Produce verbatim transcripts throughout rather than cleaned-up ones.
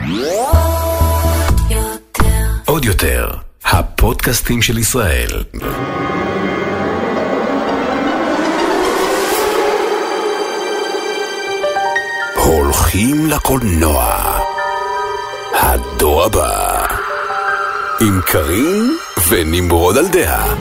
עוד יותר, הפודקאסטים של ישראל. הולכים לקולנוע. הדור הבא. עם קרין ונמרוד על דעה.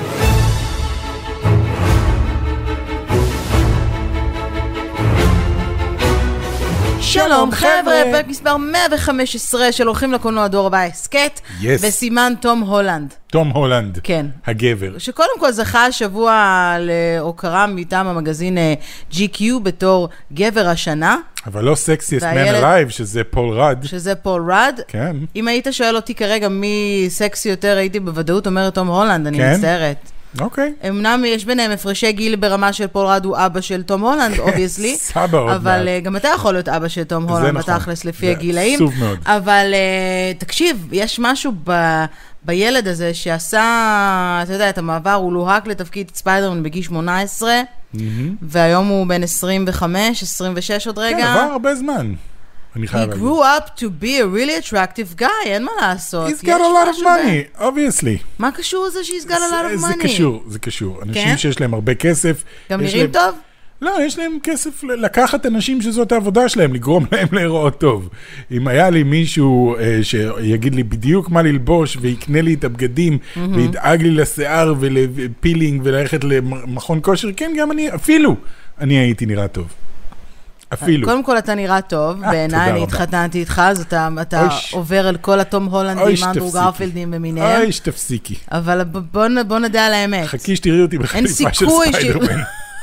שלום חבר'ה, פרק מספר מאה וחמש עשרה של הולכים לקולנוע דור הבא הסקט, וסימן תום הולנד. תום הולנד, כן. הגבר. שקודם כל זכה השבוע להוקרה מטעם המגזין ג'י קיו בתור גבר השנה. אבל לא סקסיסט מן אלייב, שזה פול רד. שזה פול רד. כן. אם היית שואל אותי כרגע מי סקסי יותר, הייתי בוודאות אומרת תום הולנד, אני מצטערת. אוקיי. אמנם יש ביניהם הפרשי גיל ברמה של פול רד הוא אבא של תום הולנד, אובייסלי. סבא עוד מעט. אבל גם אתה יכול להיות אבא של תום הולנד, בתכלס לפי הגילאים. סוב מאוד. אבל תקשיב, יש משהו בילד הזה שעשה, אתה יודע, את המעבר, הוא לוהק לתפקיד ספיידרמן בגיל שמונה עשרה, והיום הוא בן עשרים וחמש, עשרים ושש עוד רגע. כן, עבר הרבה זמן. He grew up to be a really attractive guy, אין מה לעשות. He's got a lot of money, obviously. מה קשור לזה she's got a lot of money? זה קשור, זה קשור. אנשים שיש להם הרבה כסף. גם נראים טוב? לא, יש להם כסף לקחת אנשים שזאת העבודה שלהם, לגרום להם להיראות טוב. אם היה לי מישהו שיגיד לי בדיוק מה ללבוש, ויקנה לי את הבגדים, וידאג לי לשיער ולפילינג, וללכת למכון כושר, כן, גם אני, אפילו, אני הייתי נראה טוב. אפילו. קודם כל אתה נראה טוב, בעיניי אני התחתנתי איתך, אז אתה עובר על כל התום הולנדים, אנדרו גרפילדים ומיניהם. אוי, שתפסיקי. אבל בוא נדע על האמת. חכי שתראי אותי בחליפה של ספיידרמן.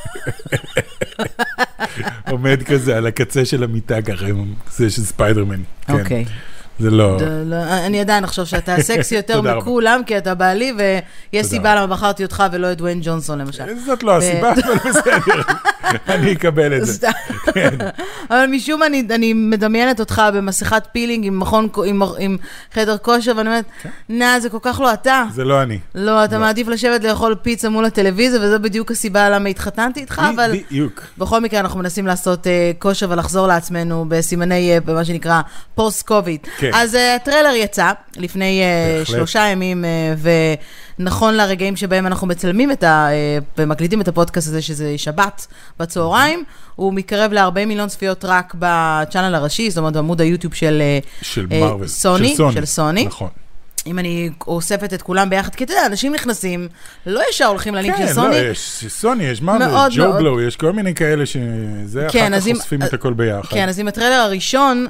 עומד כזה על הקצה של המיטה ככה, זה של ספיידרמן. אוקיי. זה לא... אני עדיין חושב שאתה סקסי יותר מכולם, כי אתה בעלי, ויש סיבה למה בחרתי אותך ולא את דוויין ג'ונסון למשל. זאת לא הסיבה, אבל בסדר. אני אקבל את זה. אבל משום אני מדמיינת אותך במסכת פילינג עם חדר כושר, ואני אומרת, נה, זה כל כך לא אתה. זה לא אני. לא, אתה מעדיף לשבת לאכול פיצה מול הטלוויזיה, וזו בדיוק הסיבה למה התחתנתי איתך, אבל בכל מקרה אנחנו מנסים לעשות כושר ולחזור לעצמנו בסימני, במה שנקרא פוסט-קוביד. אז הטריילר יצא לפני שלושה ימים, ונכון לרגעים שבהם אנחנו מצלמים את ה... ומקליטים את הפודקאסט הזה, שזה שבת בצהריים, הוא מתקרב ל-ארבעים מיליון צפיות רק בצ'אנל הראשי, זאת אומרת בעמוד היוטיוב של סוני, של סוני. נכון. אם אני אוספת את כולם ביחד, כי אתה יודע, אנשים נכנסים, לא ישר הולכים ללינק של סוני. כן, לא, יש סוני, יש מרוויל, ג'ו בלו, יש כל מיני כאלה שזה, אחר כך חושפים את הכל ביחד. כן, אז אם הטריילר הראשון,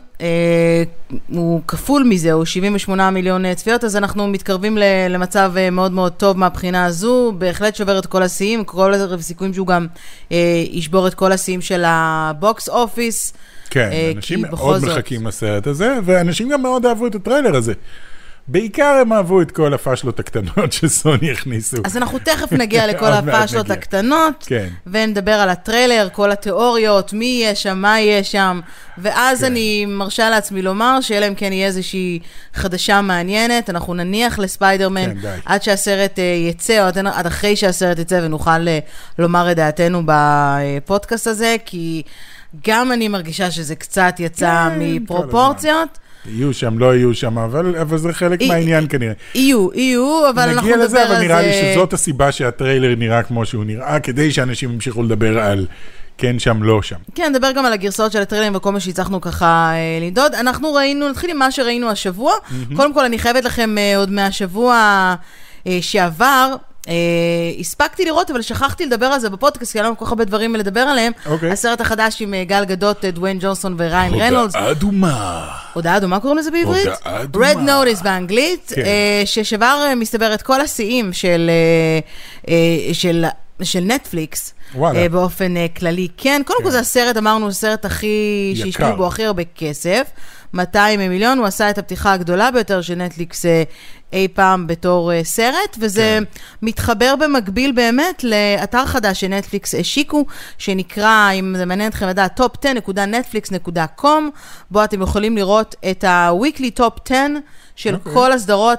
הוא כפול מזה, הוא שבעים ושמונה מיליון צפיות, אז אנחנו מתקרבים למצב מאוד מאוד טוב מהבחינה הזו, בהחלט שובר את כל השיאים, כל הסיכויים שהוא גם ישבור את כל השיאים של הבוקס אופיס. כן, אנשים מאוד מחכים לסרט הזה, ואנשים גם מאוד אהבו את הטריילר הזה. בעיקר הם אהבו את כל הפשלות הקטנות שסוני הכניסו. אז אנחנו תכף נגיע לכל הפשלות הקטנות, ונדבר על הטריילר, כל התיאוריות, מי יהיה שם, מה יהיה שם, ואז אני מרשה לעצמי לומר, שאלה אם כן יהיה איזושהי חדשה מעניינת, אנחנו נניח לספיידרמן, עד שהסרט יצא, או עד אחרי שהסרט יצא, ונוכל לומר את דעתנו בפודקאסט הזה, כי גם אני מרגישה שזה קצת יצא מפרופורציות, יהיו שם, לא יהיו שם, אבל, אבל זה חלק מהעניין כנראה. יהיו, יהיו, אבל אנחנו נדבר על זה. נגיע לזה, אבל נראה לי שזאת הסיבה שהטריילר נראה כמו שהוא נראה, כדי שאנשים ימשיכו לדבר על כן שם, לא שם. כן, נדבר גם על הגרסאות של הטריילרים וכל מה שהצלחנו ככה לנדוד. אנחנו ראינו, נתחיל עם מה שראינו השבוע. Mm-hmm. קודם כל, אני חייבת לכם עוד מהשבוע שעבר, Uh, הספקתי לראות, אבל שכחתי לדבר על זה בפודקאסט, כי היה לנו כל כך הרבה דברים לדבר עליהם. Okay. הסרט החדש עם גל גדות, דוויין ג'ונסון וריין רנולדס. הודעה אדומה. הודעה אדומה קוראים לזה בעברית? הודעה אדומה. Red Notice באנגלית, כן. uh, ששבר uh, מסתבר את כל השיאים של, uh, uh, של, של נטפליקס, uh, באופן uh, כללי. כן, קודם כן. כל זה הסרט, אמרנו, הסרט הכי, שהשקיעו בו הכי הרבה כסף. מאתיים מיליון, הוא עשה את הפתיחה הגדולה ביותר של נטפליקס אי פעם בתור סרט, וזה כן. מתחבר במקביל באמת לאתר חדש שנטפליקס השיקו, שנקרא, אם זה מעניין אתכם לדעת, טופ עשר דוט נטפליקס דוט קום, בו אתם יכולים לראות את ה-weekly top עשר של okay. כל הסדרות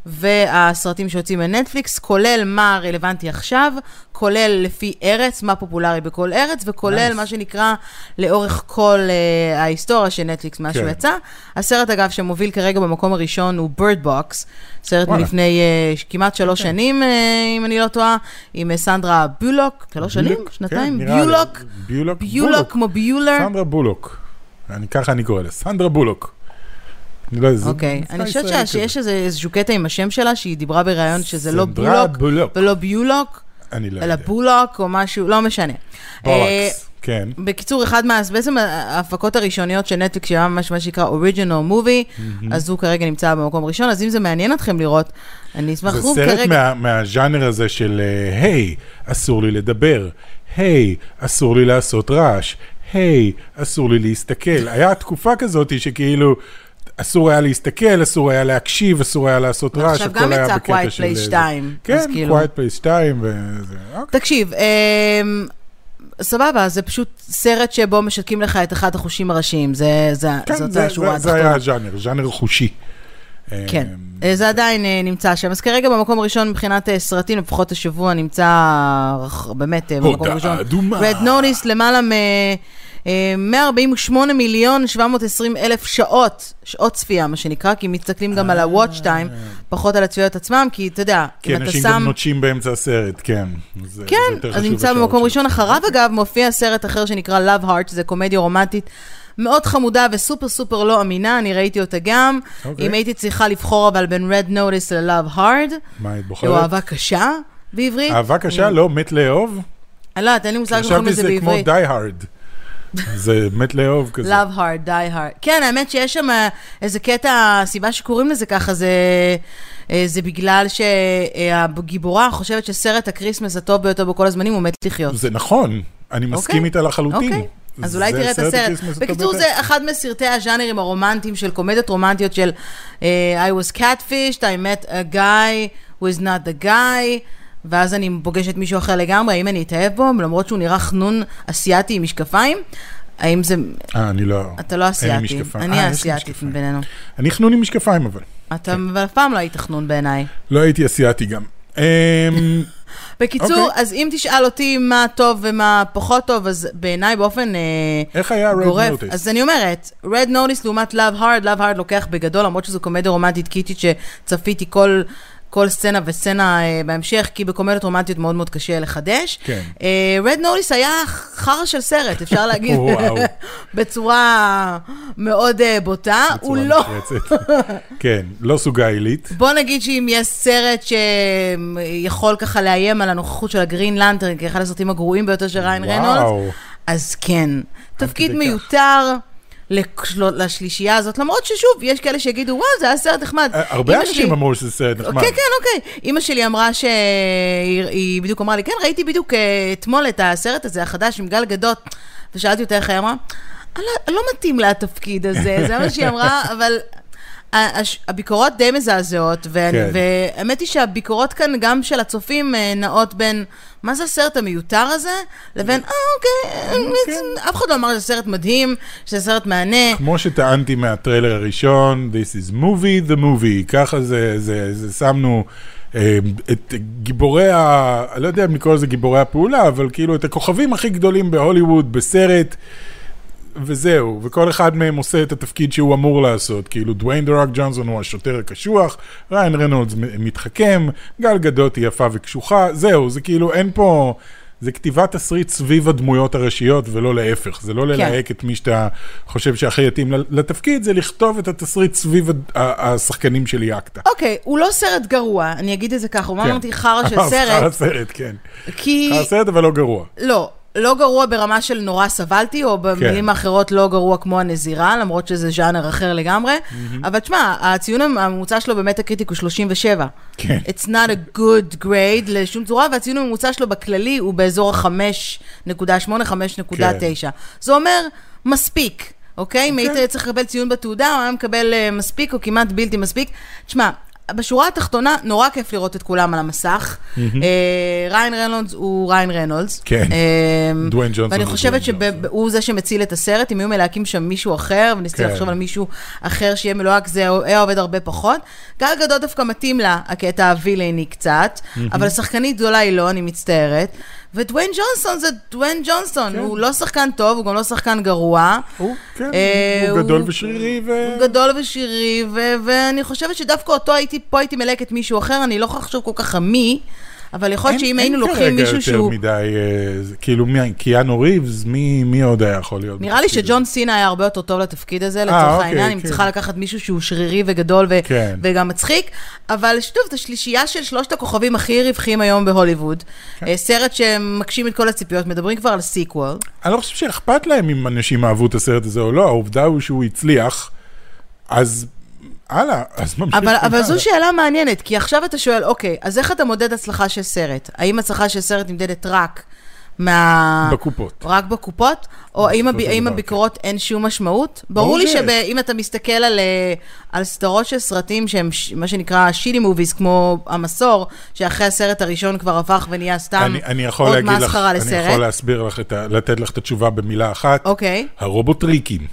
והסרטים שיוצאים מנטפליקס, כולל מה רלוונטי עכשיו, כולל לפי ארץ, מה פופולרי בכל ארץ, וכולל nice. מה שנקרא לאורך כל uh, ההיסטוריה של נטפליקס, מה שהוא יצא. הסרט, אגב, שמוביל כרגע במקום הראשון הוא Bird Box, סרט מלפני uh, כמעט שלוש okay. שנים, uh, אם אני לא טועה, עם uh, סנדרה בולוק, שלוש שנים? שנתיים? כן, ביולוק? ביולוק? ביולוק, כמו ביולר? סנדרה בולוק. אני, ככה אני קורא לה, סנדרה בולוק. אוקיי, אני חושבת שיש איזשהו קטע עם השם שלה, שהיא דיברה בראיון שזה לא בולוק ולא ביולוק, אלא בולוק או משהו, לא משנה. בולקס, כן. בקיצור, אחד מה, בעצם ההפקות הראשוניות של נטפליקס, שהיה ממש מה שנקרא Original Movie, אז הוא כרגע נמצא במקום ראשון, אז אם זה מעניין אתכם לראות, אני אשמח רוב כרגע. זה סרט מהז'אנר הזה של, היי, אסור לי לדבר, היי, אסור לי לעשות רעש, היי, אסור לי להסתכל. היה תקופה כזאת שכאילו, אסור היה להסתכל, אסור היה להקשיב, אסור היה לעשות רעש. עכשיו גם יצא Quiet Place שתיים. כן, Quiet Place שתיים. תקשיב, סבבה, זה פשוט סרט שבו משתקים לך את אחד החושים הראשיים. זאת השורה התחתונה. זה היה ז'אנר, ז'אנר חושי. כן, זה עדיין נמצא שם. אז כרגע במקום הראשון מבחינת סרטים, לפחות השבוע נמצא באמת במקום הראשון. Red Notice למעלה מ... מאה ארבעים ושמונה מיליון שבע מאות ועשרים אלף שעות, שעות צפייה, מה שנקרא, כי מסתכלים גם על ה-watch time, פחות על הצפיות עצמם, כי אתה יודע, כן, אנשים גם נוטשים באמצע הסרט, כן. כן, אז נמצא במקום ראשון. אחריו, אגב, מופיע סרט אחר שנקרא Love Heart, שזה קומדיה רומנטית, מאוד חמודה וסופר סופר לא אמינה, אני ראיתי אותה גם. אם הייתי צריכה לבחור אבל בין Red Notice ל-Love Hard, מה היית בוחרת? או אהבה קשה בעברית. אהבה קשה? לא, מת לאהוב? לא, תן לי מושג שקוראים לזה בעברית. חשבתי זה כמו Die Hard. זה מת לאהוב כזה. Love hard, die hard. כן, האמת שיש שם איזה קטע, הסיבה שקוראים לזה ככה, זה, זה בגלל שהגיבורה חושבת שסרט הקריסמס הטוב ביותר בכל הזמנים הוא מת לחיות. זה נכון, אני מסכים איתה לחלוטין. אוקיי, אז אולי תראה את הסרט. בקיצור, זה אחד מסרטי הז'אנרים הרומנטיים של קומדיות רומנטיות של I was catfished, I met a guy who is not the guy, ואז אני פוגשת מישהו אחר לגמרי, האם אני אתאהב בו, למרות שהוא נראה חנון אסיאטי עם משקפיים, האם זה... אה, אני לא... אתה לא אסיאטי, אני האסיאטי בינינו. אני חנון עם משקפיים, אבל. אתה אף פעם לא היית חנון בעיניי. לא הייתי אסיאטי גם. בקיצור, אז אם תשאל אותי מה טוב ומה פחות טוב, אז בעיניי באופן איך היה Red Notice? אז אני אומרת, Red Notice לעומת Love Hard, Love Hard לוקח בגדול, למרות שזו קומדיה רומנטית קיצ'ית שצפיתי כל... כל סצנה וסצנה uh, בהמשך, כי בקומדיות רומנטיות מאוד מאוד קשה לחדש. כן. Uh, Red Notice היה חרא של סרט, אפשר להגיד, בצורה מאוד uh, בוטה. בצורה נחרצת. כן, לא סוגה עילית. בוא נגיד שאם יש סרט שיכול ככה לאיים על הנוכחות של הגרין לנטרן, כאחד הסרטים הגרועים ביותר של ריין רנולדס, אז כן. תפקיד מיותר. לשלישייה הזאת, למרות ששוב, יש כאלה שיגידו, וואו, זה היה סרט נחמד. הרבה אנשים אמרו שזה סרט נחמד. כן, כן, אוקיי. אמא שלי אמרה שהיא בדיוק אמרה לי, כן, ראיתי בדיוק אתמול את הסרט הזה, החדש עם גל גדות, ושאלתי אותה איך היא אמרה, לא מתאים לה התפקיד הזה, זה מה שהיא אמרה, אבל הביקורות די מזעזעות, והאמת היא שהביקורות כאן גם של הצופים נעות בין מה זה הסרט המיותר הזה, לבין, אה, אוקיי, אף אחד לא אמר שזה סרט מדהים, שזה סרט מענה. כמו שטענתי מהטריילר הראשון, This is movie, the movie, ככה זה, זה, שמנו את גיבורי, אני לא יודע אם לקרוא לזה גיבורי הפעולה, אבל כאילו את הכוכבים הכי גדולים בהוליווד, בסרט, וזהו, וכל אחד מהם עושה את התפקיד שהוא אמור לעשות, כאילו דוויין דה רוק ג'ונסון הוא השוטר הקשוח, ריין רנולדס מתחכם, גל גדות היא יפה וקשוחה, זהו, זה כאילו אין פה, זה כתיבת תסריט סביב הדמויות הראשיות ולא להפך, זה לא ללהק את מי שאתה חושב שהכי יתאים לתפקיד, זה לכתוב את התסריט סביב השחקנים של יאקטה. אוקיי, הוא לא סרט גרוע, אני אגיד את זה ככה, הוא אמרתי חרא של סרט. חרא סרט, כן. חרא סרט אבל לא גרוע. לא. לא גרוע ברמה של נורא סבלתי, או במילים האחרות לא גרוע כמו הנזירה, למרות שזה ז'אנר אחר לגמרי. אבל תשמע, הציון הממוצע שלו באמת הקריטיק הוא שלושים ושבע. כן. It's not a good grade לשום צורה, והציון הממוצע שלו בכללי הוא באזור ה-חמש נקודה שמונה, חמש נקודה תשע. זה אומר מספיק, אוקיי? אם היית צריך לקבל ציון בתעודה, הוא היה מקבל מספיק או כמעט בלתי מספיק. תשמע, בשורה התחתונה, נורא כיף לראות את כולם על המסך. ריין רנולדס הוא ריין רנולדס. כן, דוויין ג'ונסון. ואני חושבת שהוא זה שמציל את הסרט, אם היו מלהקים שם מישהו אחר, וניסיתי לחשוב על מישהו אחר שיהיה מלוהק, זה היה עובד הרבה פחות. גל גדות דווקא מתאים לה, הקטע הווילני קצת, אבל שחקנית גדולה היא לא, אני מצטערת. ודוויין ג'ונסון זה דוויין ג'ונסון, הוא לא שחקן טוב, הוא גם לא שחקן גרוע. הוא, כן, הוא גדול ושרירי. הוא גדול ושרירי, ואני חושבת שדווקא אותו הייתי, פה הייתי מלקת מישהו אחר, אני לא יכולה לחשוב כל כך מי, אבל יכול להיות שאם היינו לוקחים מישהו שהוא... אין כרגע יותר מדי, כאילו קיאנו ריבס, מי עוד היה יכול להיות? נראה לי שג'ון סינה היה הרבה יותר טוב לתפקיד הזה, לצורך העניין, אם צריכה לקחת מישהו שהוא שרירי וגדול וגם מצחיק, אבל שטוב, את השלישייה של שלושת הכוכבים הכי רווחים היום בהוליווד, סרט שמקשים את כל הציפיות, מדברים כבר על סיקוול. אני לא חושב שאכפת להם אם אנשים אהבו את הסרט הזה או לא, העובדה הוא שהוא הצליח, אז... הלאה, אז ממשיך. אבל, אבל זו שאלה מעניינת, כי עכשיו אתה שואל, אוקיי, אז איך אתה מודד הצלחה של סרט? האם הצלחה של סרט נמדדת רק מה... בקופות. רק בקופות? או האם, הב... האם הביקורות אין שום משמעות? ברור לי שאם אתה מסתכל על, על סדרות של סרטים שהם מה שנקרא שיטי מוביס, כמו המסור, שאחרי הסרט הראשון כבר הפך ונהיה סתם אני, אני עוד מסחרה לסרט. אני יכול להסביר לך, את ה... לתת לך את התשובה במילה אחת. אוקיי. הרובוטריקים.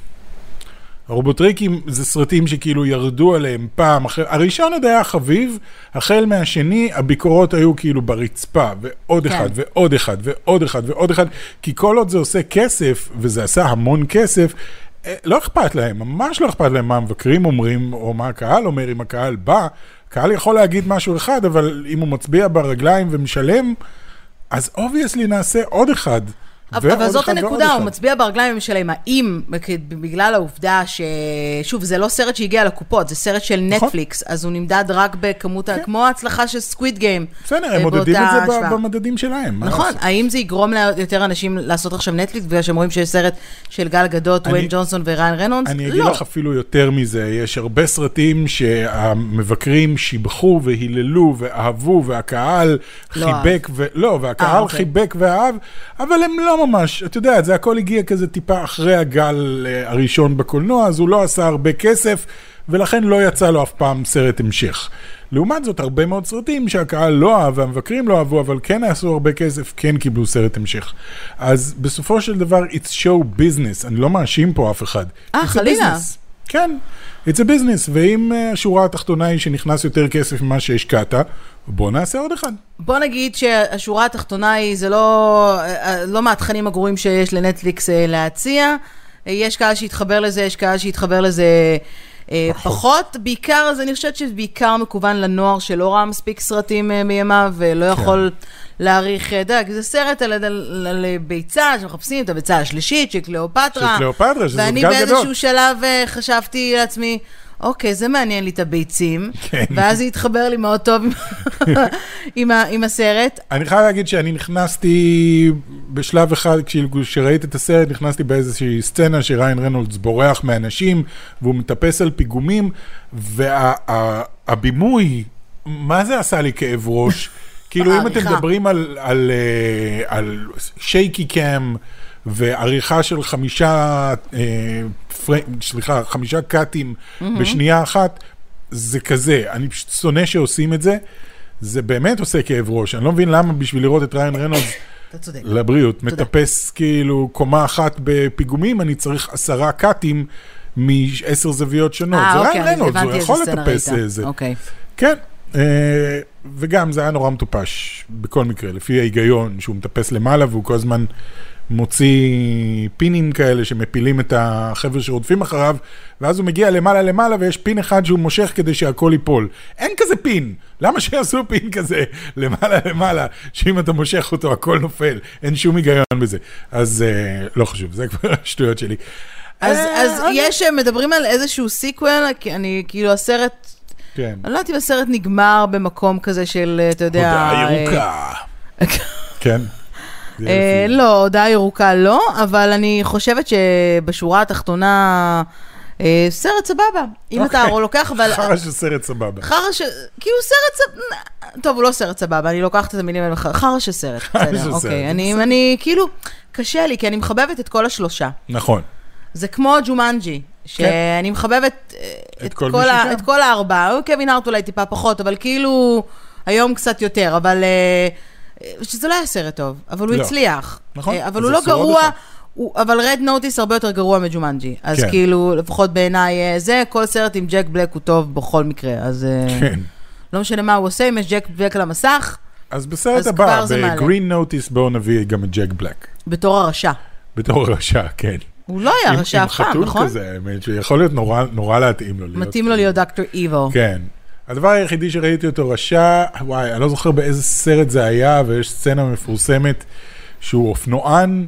הרובוטריקים זה סרטים שכאילו ירדו עליהם פעם אחרי, הראשון עוד היה חביב, החל מהשני הביקורות היו כאילו ברצפה, ועוד כן. אחד ועוד אחד ועוד אחד ועוד אחד, כי כל עוד זה עושה כסף, וזה עשה המון כסף, לא אכפת להם, ממש לא אכפת להם מה המבקרים אומרים, או מה הקהל אומר, אם הקהל בא, הקהל יכול להגיד משהו אחד, אבל אם הוא מצביע ברגליים ומשלם, אז obviously נעשה עוד אחד. אבל זאת הנקודה, הוא מצביע ברגליים שלהם, האם, בגלל העובדה ששוב, זה לא סרט שהגיע לקופות, זה סרט של נטפליקס, אז הוא נמדד רק בכמות, כמו ההצלחה של סקוויד גיים. בסדר, הם מודדים את זה במדדים שלהם. נכון, האם זה יגרום ליותר אנשים לעשות עכשיו נטפליקס, בגלל שהם רואים שיש סרט של גל גדות, דוויין ג'ונסון וריין רנולדס? אני אגיד לך אפילו יותר מזה, יש הרבה סרטים שהמבקרים שיבחו והיללו ואהבו, והקהל חיבק, לא, והקהל חיבק ואהב, אבל הם לא ממש, אתה יודע, זה הכל הגיע כזה טיפה אחרי הגל הראשון בקולנוע, אז הוא לא עשה הרבה כסף, ולכן לא יצא לו אף פעם סרט המשך. לעומת זאת, הרבה מאוד סרטים שהקהל לא אהב, והמבקרים לא אהבו, אבל כן עשו הרבה כסף, כן קיבלו סרט המשך. אז בסופו של דבר, it's show business, אני לא מאשים פה אף אחד. אה, חלילה. כן, it's a business, ואם השורה התחתונה היא שנכנס יותר כסף ממה שהשקעת, בוא נעשה עוד אחד. בוא נגיד שהשורה התחתונה היא, זה לא, לא מהתכנים הגרועים שיש לנטפליקס להציע, יש קהל שהתחבר לזה, יש קהל שהתחבר לזה פחות, פחות. בעיקר, אז אני חושבת שזה בעיקר מקוון לנוער שלא ראה מספיק סרטים מימיו, ולא יכול כן. להעריך, דק, זה סרט על, על, על, על ביצה, שמחפשים את הביצה השלישית, של קליאופטרה. של קליאופטרה, שזה גל גדול. ואני באיזשהו שלב חשבתי לעצמי, אוקיי, זה מעניין לי את הביצים, כן. ואז זה התחבר לי מאוד טוב עם, ה, עם הסרט. אני חייב להגיד שאני נכנסתי בשלב אחד, כשראיתי את הסרט, נכנסתי באיזושהי סצנה שריין רנולדס בורח מאנשים, והוא מטפס על פיגומים, והבימוי, מה זה עשה לי כאב ראש? כאילו אם אתם מדברים על, על, על שייקי קאם, ועריכה של חמישה, סליחה, חמישה קאטים בשנייה אחת, זה כזה. אני פשוט שונא שעושים את זה. זה באמת עושה כאב ראש. אני לא מבין למה בשביל לראות את ריין רנולדס לבריאות, מטפס כאילו קומה אחת בפיגומים, אני צריך עשרה קאטים מעשר זוויות שונות. זה ריין רנולדס, הוא יכול לטפס זה. כן. וגם זה היה נורא מטופש בכל מקרה, לפי ההיגיון שהוא מטפס למעלה והוא כל הזמן מוציא פינים כאלה שמפילים את החבר'ה שרודפים אחריו, ואז הוא מגיע למעלה למעלה ויש פין אחד שהוא מושך כדי שהכל ייפול. אין כזה פין. למה שיעשו פין כזה למעלה למעלה, שאם אתה מושך אותו הכל נופל? אין שום היגיון בזה. אז לא חשוב, זה כבר השטויות שלי. אז, אז יש, מדברים על איזשהו סיקוול, אני כאילו הסרט... כן. אני לא יודעת אם הסרט נגמר במקום כזה של, אתה יודע... הודעה ירוקה. כן. לא, הודעה ירוקה לא, אבל אני חושבת שבשורה התחתונה, סרט סבבה. אם אתה לוקח... חרא של סרט סבבה. חרא של... כאילו סרט סבבה... טוב, הוא לא סרט סבבה, אני לוקחת את המילים האלה. חרא של סרט. אוקיי, אני כאילו... קשה לי, כי אני מחבבת את כל השלושה. נכון. זה כמו ג'ומנג'י. שאני מחבבת את כל הארבעה, קווין הארט אולי טיפה פחות, אבל כאילו היום קצת יותר, אבל שזה לא היה סרט טוב, אבל הוא הצליח. נכון. אבל הוא לא גרוע, אבל רד נוטיס הרבה יותר גרוע מג'ומנג'י, אז כאילו לפחות בעיניי זה, כל סרט עם ג'ק בלק הוא טוב בכל מקרה, אז לא משנה מה הוא עושה, אם יש ג'ק בלק על המסך, אז בסרט הבא, בגרין נוטיס בואו נביא גם את ג'ק בלק. בתור הרשע. בתור הרשע, כן. הוא לא היה רשע אף פעם, נכון? עם חתול כזה, האמת, שיכול להיות נורא להתאים לו. מתאים לו להיות דוקטור איבל. כן. הדבר היחידי שראיתי אותו רשע, וואי, אני לא זוכר באיזה סרט זה היה, ויש סצנה מפורסמת שהוא אופנוען,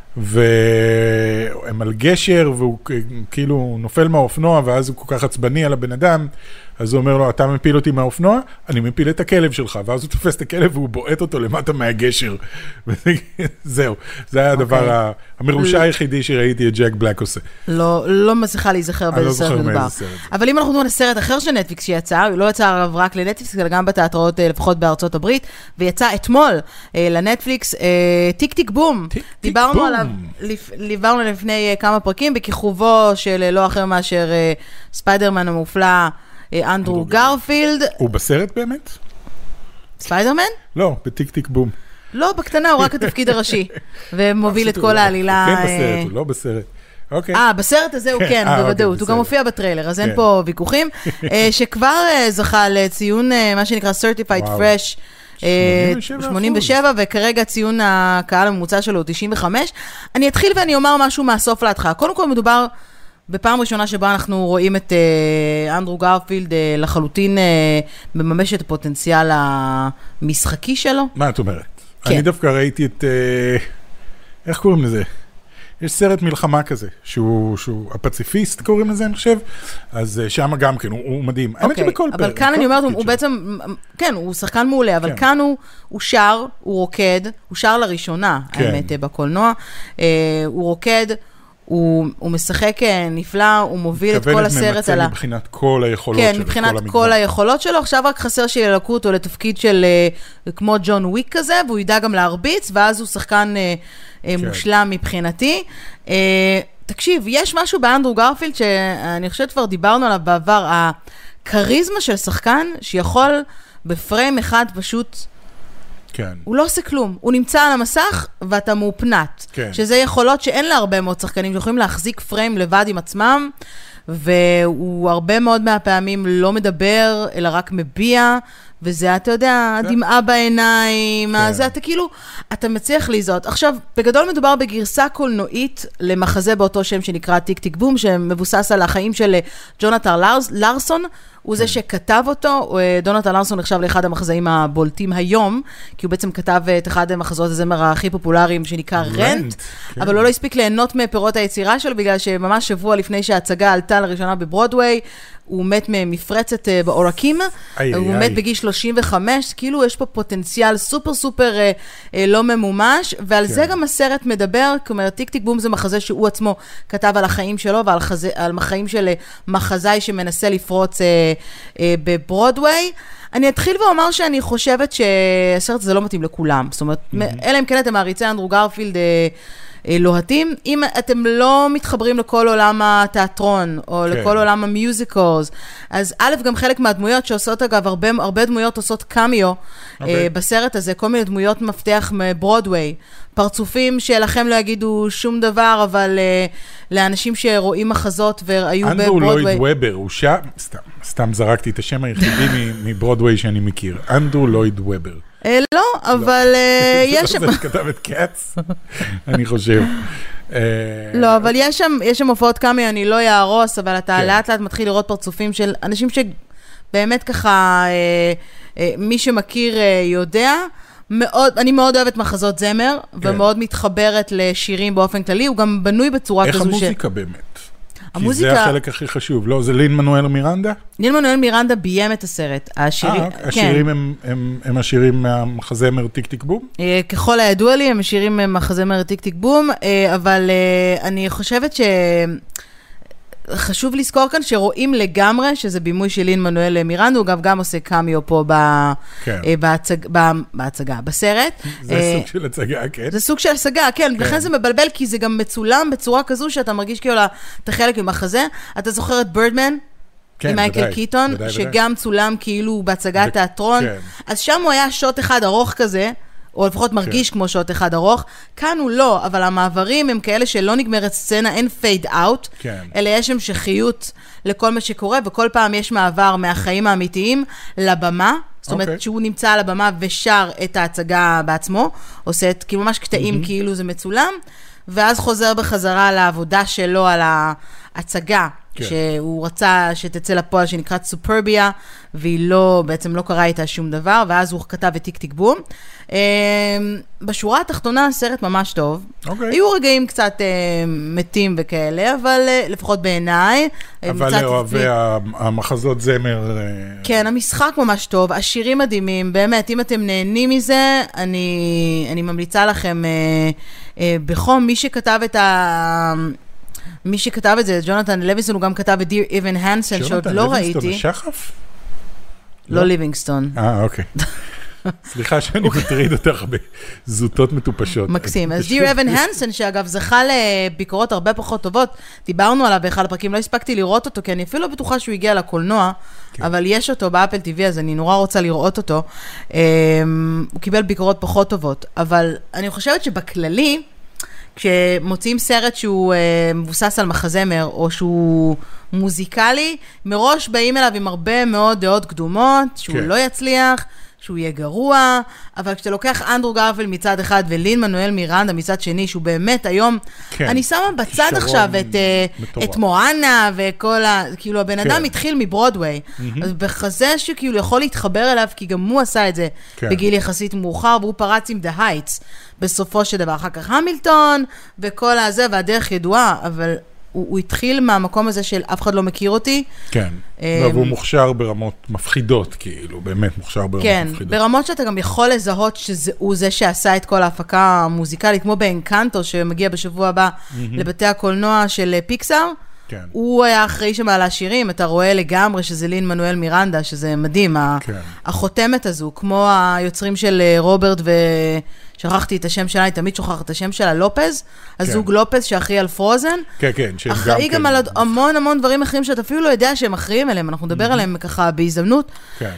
והם על גשר, והוא כאילו נופל מהאופנוע, ואז הוא כל כך עצבני על הבן אדם, אז הוא אומר לו, אתה מפיל אותי מהאופנוע? אני מפיל את הכלב שלך, ואז הוא תופס את הכלב, והוא בועט אותו למטה מהגשר. זהו, זה היה הדבר המרושע היחידי שראיתי את ג'ק בלק עושה. לא מצליחה להיזכר באיזה סרט מדובר. אבל אם אנחנו נדבר על סרט אחר של נטפליקס שיצא, הוא לא יצא רק לנטפליקס, אלא גם בתיאטראות, לפחות בארצות הברית, ויצא אתמול לנטפליקס, טיק טיק בום. דיברנו עליו, דיברנו לפני כמה פרקים, בכיכובו של לא אחר מאשר ספיידרמן המופלא, אנדרו גרפילד. הוא בסרט באמת? ספיידרמן? לא, בטיק טיק בום. לא, בקטנה, הוא רק התפקיד הראשי, ומוביל את כל העלילה. הוא כן בסרט, הוא לא בסרט. אה, בסרט הזה הוא כן, בוודאות. הוא גם מופיע בטריילר, אז אין פה ויכוחים. שכבר זכה לציון, מה שנקרא Certified Fresh, שמונים ושבע, וכרגע ציון הקהל הממוצע שלו הוא תשעים וחמש. אני אתחיל ואני אומר משהו מהסוף להתחלה. קודם כל מדובר בפעם ראשונה שבה אנחנו רואים את אה, אנדרו גרפילד אה, לחלוטין אה, מממש את הפוטנציאל המשחקי שלו. מה את אומרת? כן. אני דווקא ראיתי את, אה, איך קוראים לזה? יש סרט מלחמה כזה, שהוא, שהוא הפציפיסט קוראים לזה, אני חושב, אז אה, שם גם כן, הוא, הוא מדהים. אוקיי, האמת שבכל אבל פרק, כאן אני אומרת, הוא, הוא בעצם, כן, הוא שחקן מעולה, אבל כן. כאן הוא, הוא שר, הוא רוקד, הוא שר לראשונה, כן. האמת, בקולנוע, אה, הוא רוקד, הוא, הוא משחק נפלא, הוא מוביל את כל הסרט על ה... מבחינת כל היכולות כן, שלו. כן, מבחינת כל, כל היכולות שלו. עכשיו רק חסר שילקו אותו לתפקיד של, כמו ג'ון וויק כזה, והוא ידע גם להרביץ, ואז הוא שחקן כן. מושלם מבחינתי. תקשיב, יש משהו באנדרו גרפילד, שאני חושבת כבר דיברנו עליו בעבר, הקריזמה של שחקן, שיכול בפריים אחד פשוט... כן. הוא לא עושה כלום, הוא נמצא על המסך ואתה מאופנת, כן. שזה יכולות שאין לה הרבה מאוד שחקנים שיכולים להחזיק פריים לבד עם עצמם, והוא הרבה מאוד מהפעמים לא מדבר, אלא רק מביע, וזה, אתה יודע, כן. דמעה בעיניים, כן. זה, אתה כאילו, אתה מצליח ליזות. עכשיו, בגדול מדובר בגרסה קולנועית למחזה באותו שם שנקרא טיק טיק בום, שמבוסס על החיים של ג'ונתן לרסון, הוא זה שכתב אותו, דונתן לרסון נחשב לאחד המחזאים הבולטים היום, כי הוא בעצם כתב את אחד המחזות הזמר הכי פופולריים שנקרא רנט, אבל הוא לא הספיק ליהנות מפירות היצירה שלו, בגלל שממש שבוע לפני שההצגה עלתה לראשונה בברודוויי, הוא מת ממפרצת בעורקים, הוא מת בגיל שלושים וחמש, כאילו יש פה פוטנציאל סופר סופר לא ממומש, ועל זה גם הסרט מדבר, כלומר, טיק טיק בום זה מחזה שהוא עצמו כתב על החיים שלו, ועל החיים של מחזאי שמנסה לפרוץ בברודוויי. אני אתחיל ואומר שאני חושבת שהסרט הזה לא מתאים לכולם, זאת אומרת, אלא אם כן אתם מעריצי אנדרו גרפילד לוהטים, אם אתם לא מתחברים לכל עולם התיאטרון, או כן. לכל עולם המיוזיקלס, אז א', גם חלק מהדמויות שעושות, אגב, הרבה, הרבה דמויות עושות קאמיו okay. אה, בסרט הזה, כל מיני דמויות מפתח מברודוויי, פרצופים שלכם לא יגידו שום דבר, אבל אה, לאנשים שרואים מחזות והיו בברודוויי. אנדרו לויד וובר, הוא שם, סתם, סתם זרקתי את השם היחידי מברודוויי שאני מכיר, אנדרו לויד וובר. לא, אבל יש שם... זה שכתב את קאץ, אני חושב. לא, אבל יש שם הופעות קאמי, אני לא יערוס, אבל אתה לאט לאט מתחיל לראות פרצופים של אנשים שבאמת ככה, מי שמכיר יודע, אני מאוד אוהבת מחזות זמר, ומאוד מתחברת לשירים באופן כללי, הוא גם בנוי בצורה כזו ש... איך המוזיקה באמת? המוזיקה... כי זה החלק הכי חשוב, לא? זה לין מנואל מירנדה? לין מנואל מירנדה ביים את הסרט. השירים, אה, השירים הם, הם, הם השירים מהמחזמר טיק טיק בום? ככל הידוע לי, הם השירים מהמחזמר טיק טיק בום, אבל אני חושבת ש... חשוב לזכור כאן שרואים לגמרי שזה בימוי של לין מנואל מירנדה, הוא גם, גם עושה קאמיו פה ב, כן. בהצג, ב, בהצגה, בסרט. זה סוג של הצגה, כן. זה סוג של הצגה, כן. כן. לכן זה מבלבל, כי זה גם מצולם בצורה כזו שאתה מרגיש כאילו אתה חלק ממחזה. אתה זוכר את בירדמן? כן, עם מייקל קיטון, בדי, שגם בדי. צולם כאילו בהצגת תיאטרון. כן. אז שם הוא היה שוט אחד ארוך כזה, או לפחות מרגיש כן. כמו שוט אחד ארוך. כאן הוא לא, אבל המעברים הם כאלה שלא נגמרת סצנה, אין פייד אאוט, כן. אלא יש המשכיות לכל מה שקורה, וכל פעם יש מעבר מהחיים האמיתיים לבמה, זאת אומרת okay. שהוא נמצא על הבמה ושר את ההצגה בעצמו, עושה את כאילו ממש קטעים mm-hmm. כאילו זה מצולם, ואז חוזר בחזרה לעבודה שלו על ההצגה, כן. שהוא רצה שתצא לפועל שנקראת סופרביה, והיא לא, בעצם לא קראה איתה שום דבר, ואז הוא כתב את טיק טיק בום. בשורה התחתונה, סרט ממש טוב. אוקיי. היו רגעים קצת מתים וכאלה, אבל לפחות בעיניי. אבל לאוהבי המחזות זמר. כן, המשחק ממש טוב, השירים מדהימים, באמת, אם אתם נהנים מזה, אני, אני ממליצה לכם בחום, מי שכתב את ה... מי שכתב את זה, ג'ונתן לוינסטון, הוא גם כתב את דיר איבן הנסן, שעוד לא ראיתי. ג'ונתן לוינסטון השחף? לא ליבינגסטון. אה, אוקיי. סליחה שאני מטריד אותך בזוטות מטופשות. מקסים. אז דיר איבן הנסן, שאגב זכה לביקורות הרבה פחות טובות, דיברנו עליו באחד הפרקים, לא הספקתי לראות אותו, כי אני אפילו בטוחה שהוא הגיע לקולנוע, אבל יש אותו באפל טיווי, אז אני נורא רוצה לראות אותו. הוא קיבל ביקורות פחות טובות, אבל אני חושבת שבכללי, כשמוצאים סרט שהוא אה, מבוסס על מחזמר, או שהוא מוזיקלי, מראש באים אליו עם הרבה מאוד דעות קדומות, שהוא כן. לא יצליח, שהוא יהיה גרוע, אבל כשאתה לוקח אנדרו גרפילד מצד אחד, ולין מנואל מירנדה מצד שני, שהוא באמת היום, כן. אני שמה בצד עכשיו את, את מואנה, וכל ה... כאילו הבן כן. אדם התחיל מברודווי, mm-hmm. אז בחזה שכאילו יכול להתחבר אליו, כי גם הוא עשה את זה כן. בגיל יחסית מאוחר, והוא פרץ עם The Heights, בסופו של דבר, אחר כך המילטון, וכל הזה, והדרך ידועה, אבל הוא, הוא התחיל מהמקום הזה של אף אחד לא מכיר אותי. כן, והוא מוכשר ברמות מפחידות, כאילו, באמת מוכשר ברמות כן, מפחידות. כן, ברמות שאתה גם יכול לזהות שהוא זה שעשה את כל ההפקה המוזיקלית, כמו באנקנטו, שמגיע בשבוע הבא mm-hmm. לבתי הקולנוע של פיקסאר, כן. הוא היה אחראי שם על השירים, אתה רואה לגמרי שזה לין מנואל מירנדה, שזה מדהים, כן. החותמת הזו, כמו היוצרים של רוברט ושכחתי את השם שלה, אני תמיד שוכחת את השם שלה, לופז, הזוג כן. לופז שאחראי על פרוזן, כן, כן, אחראי גם, גם על המון המון דברים אחרים שאתה אפילו לא יודע שהם אחראים אליהם, אנחנו נדבר mm-hmm. עליהם ככה בהזדמנות, כן.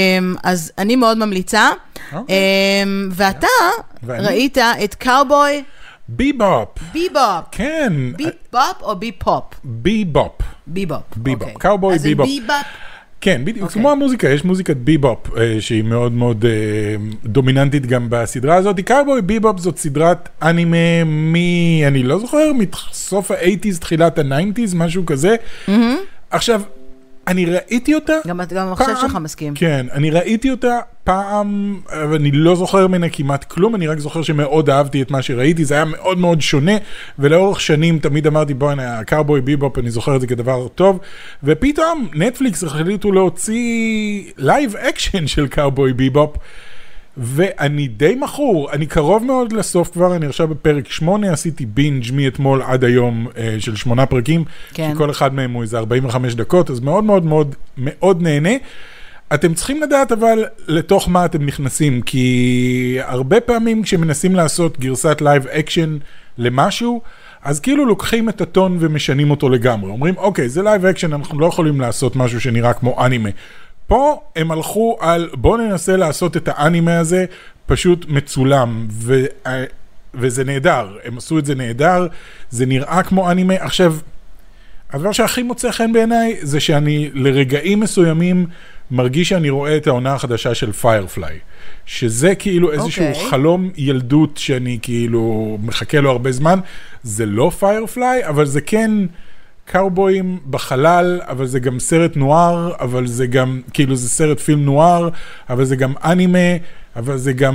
אז אני מאוד ממליצה, okay. ואתה ואני... ראית את קאובוי, ביבופ. ביבופ. כן. ביבופ או ביפופ? ביבופ. ביבופ. ביבופ. קאובוי ביבופ. אז זה ביבופ? כן, בדיוק. כמו המוזיקה, יש מוזיקת ביבופ, שהיא מאוד מאוד דומיננטית גם בסדרה הזאת. קאובוי ביבופ זאת סדרת אנימה מ... אני לא זוכר, מסוף ה-שמונים, תחילת ה-תשעים, משהו כזה. עכשיו, אני ראיתי אותה גם המחשב שלך מסכים. כן, אני ראיתי אותה פעם, אני לא זוכר ממנה כמעט כלום, אני רק זוכר שמאוד אהבתי את מה שראיתי, זה היה מאוד מאוד שונה, ולאורך שנים תמיד אמרתי, בואי, הקאובוי ביבופ, אני זוכר את זה כדבר טוב, ופתאום נטפליקס החליטו להוציא לייב אקשן של קאובוי ביבופ, ואני די מחור, אני קרוב מאוד לסוף כבר, אני עכשיו בפרק שמונה, עשיתי בינג' מאתמול עד היום אה, של שמונה פרקים, כן. כי כל אחד מהם הוא איזה ארבעים וחמש דקות, אז מאוד מאוד מאוד מאוד נהנה. אתם צריכים לדעת אבל לתוך מה אתם נכנסים, כי הרבה פעמים כשמנסים לעשות גרסת לייב אקשן למשהו, אז כאילו לוקחים את הטון ומשנים אותו לגמרי. אומרים, אוקיי, זה לייב אקשן, אנחנו לא יכולים לעשות משהו שנראה כמו אנימה. פה הם הלכו על, בוא ננסה לעשות את האנימה הזה פשוט מצולם, ו, וזה נהדר, הם עשו את זה נהדר, זה נראה כמו אנימה. עכשיו, הדבר שהכי מוצא חן בעיניי, זה שאני לרגעים מסוימים מרגיש שאני רואה את העונה החדשה של פיירפליי, שזה כאילו איזשהו okay. חלום ילדות שאני כאילו מחכה לו הרבה זמן, זה לא פיירפליי, אבל זה כן... קאובויים בחלל, אבל זה גם סרט נואר, אבל זה גם, כאילו זה סרט פילם נואר, אבל זה גם אנימה, אבל זה גם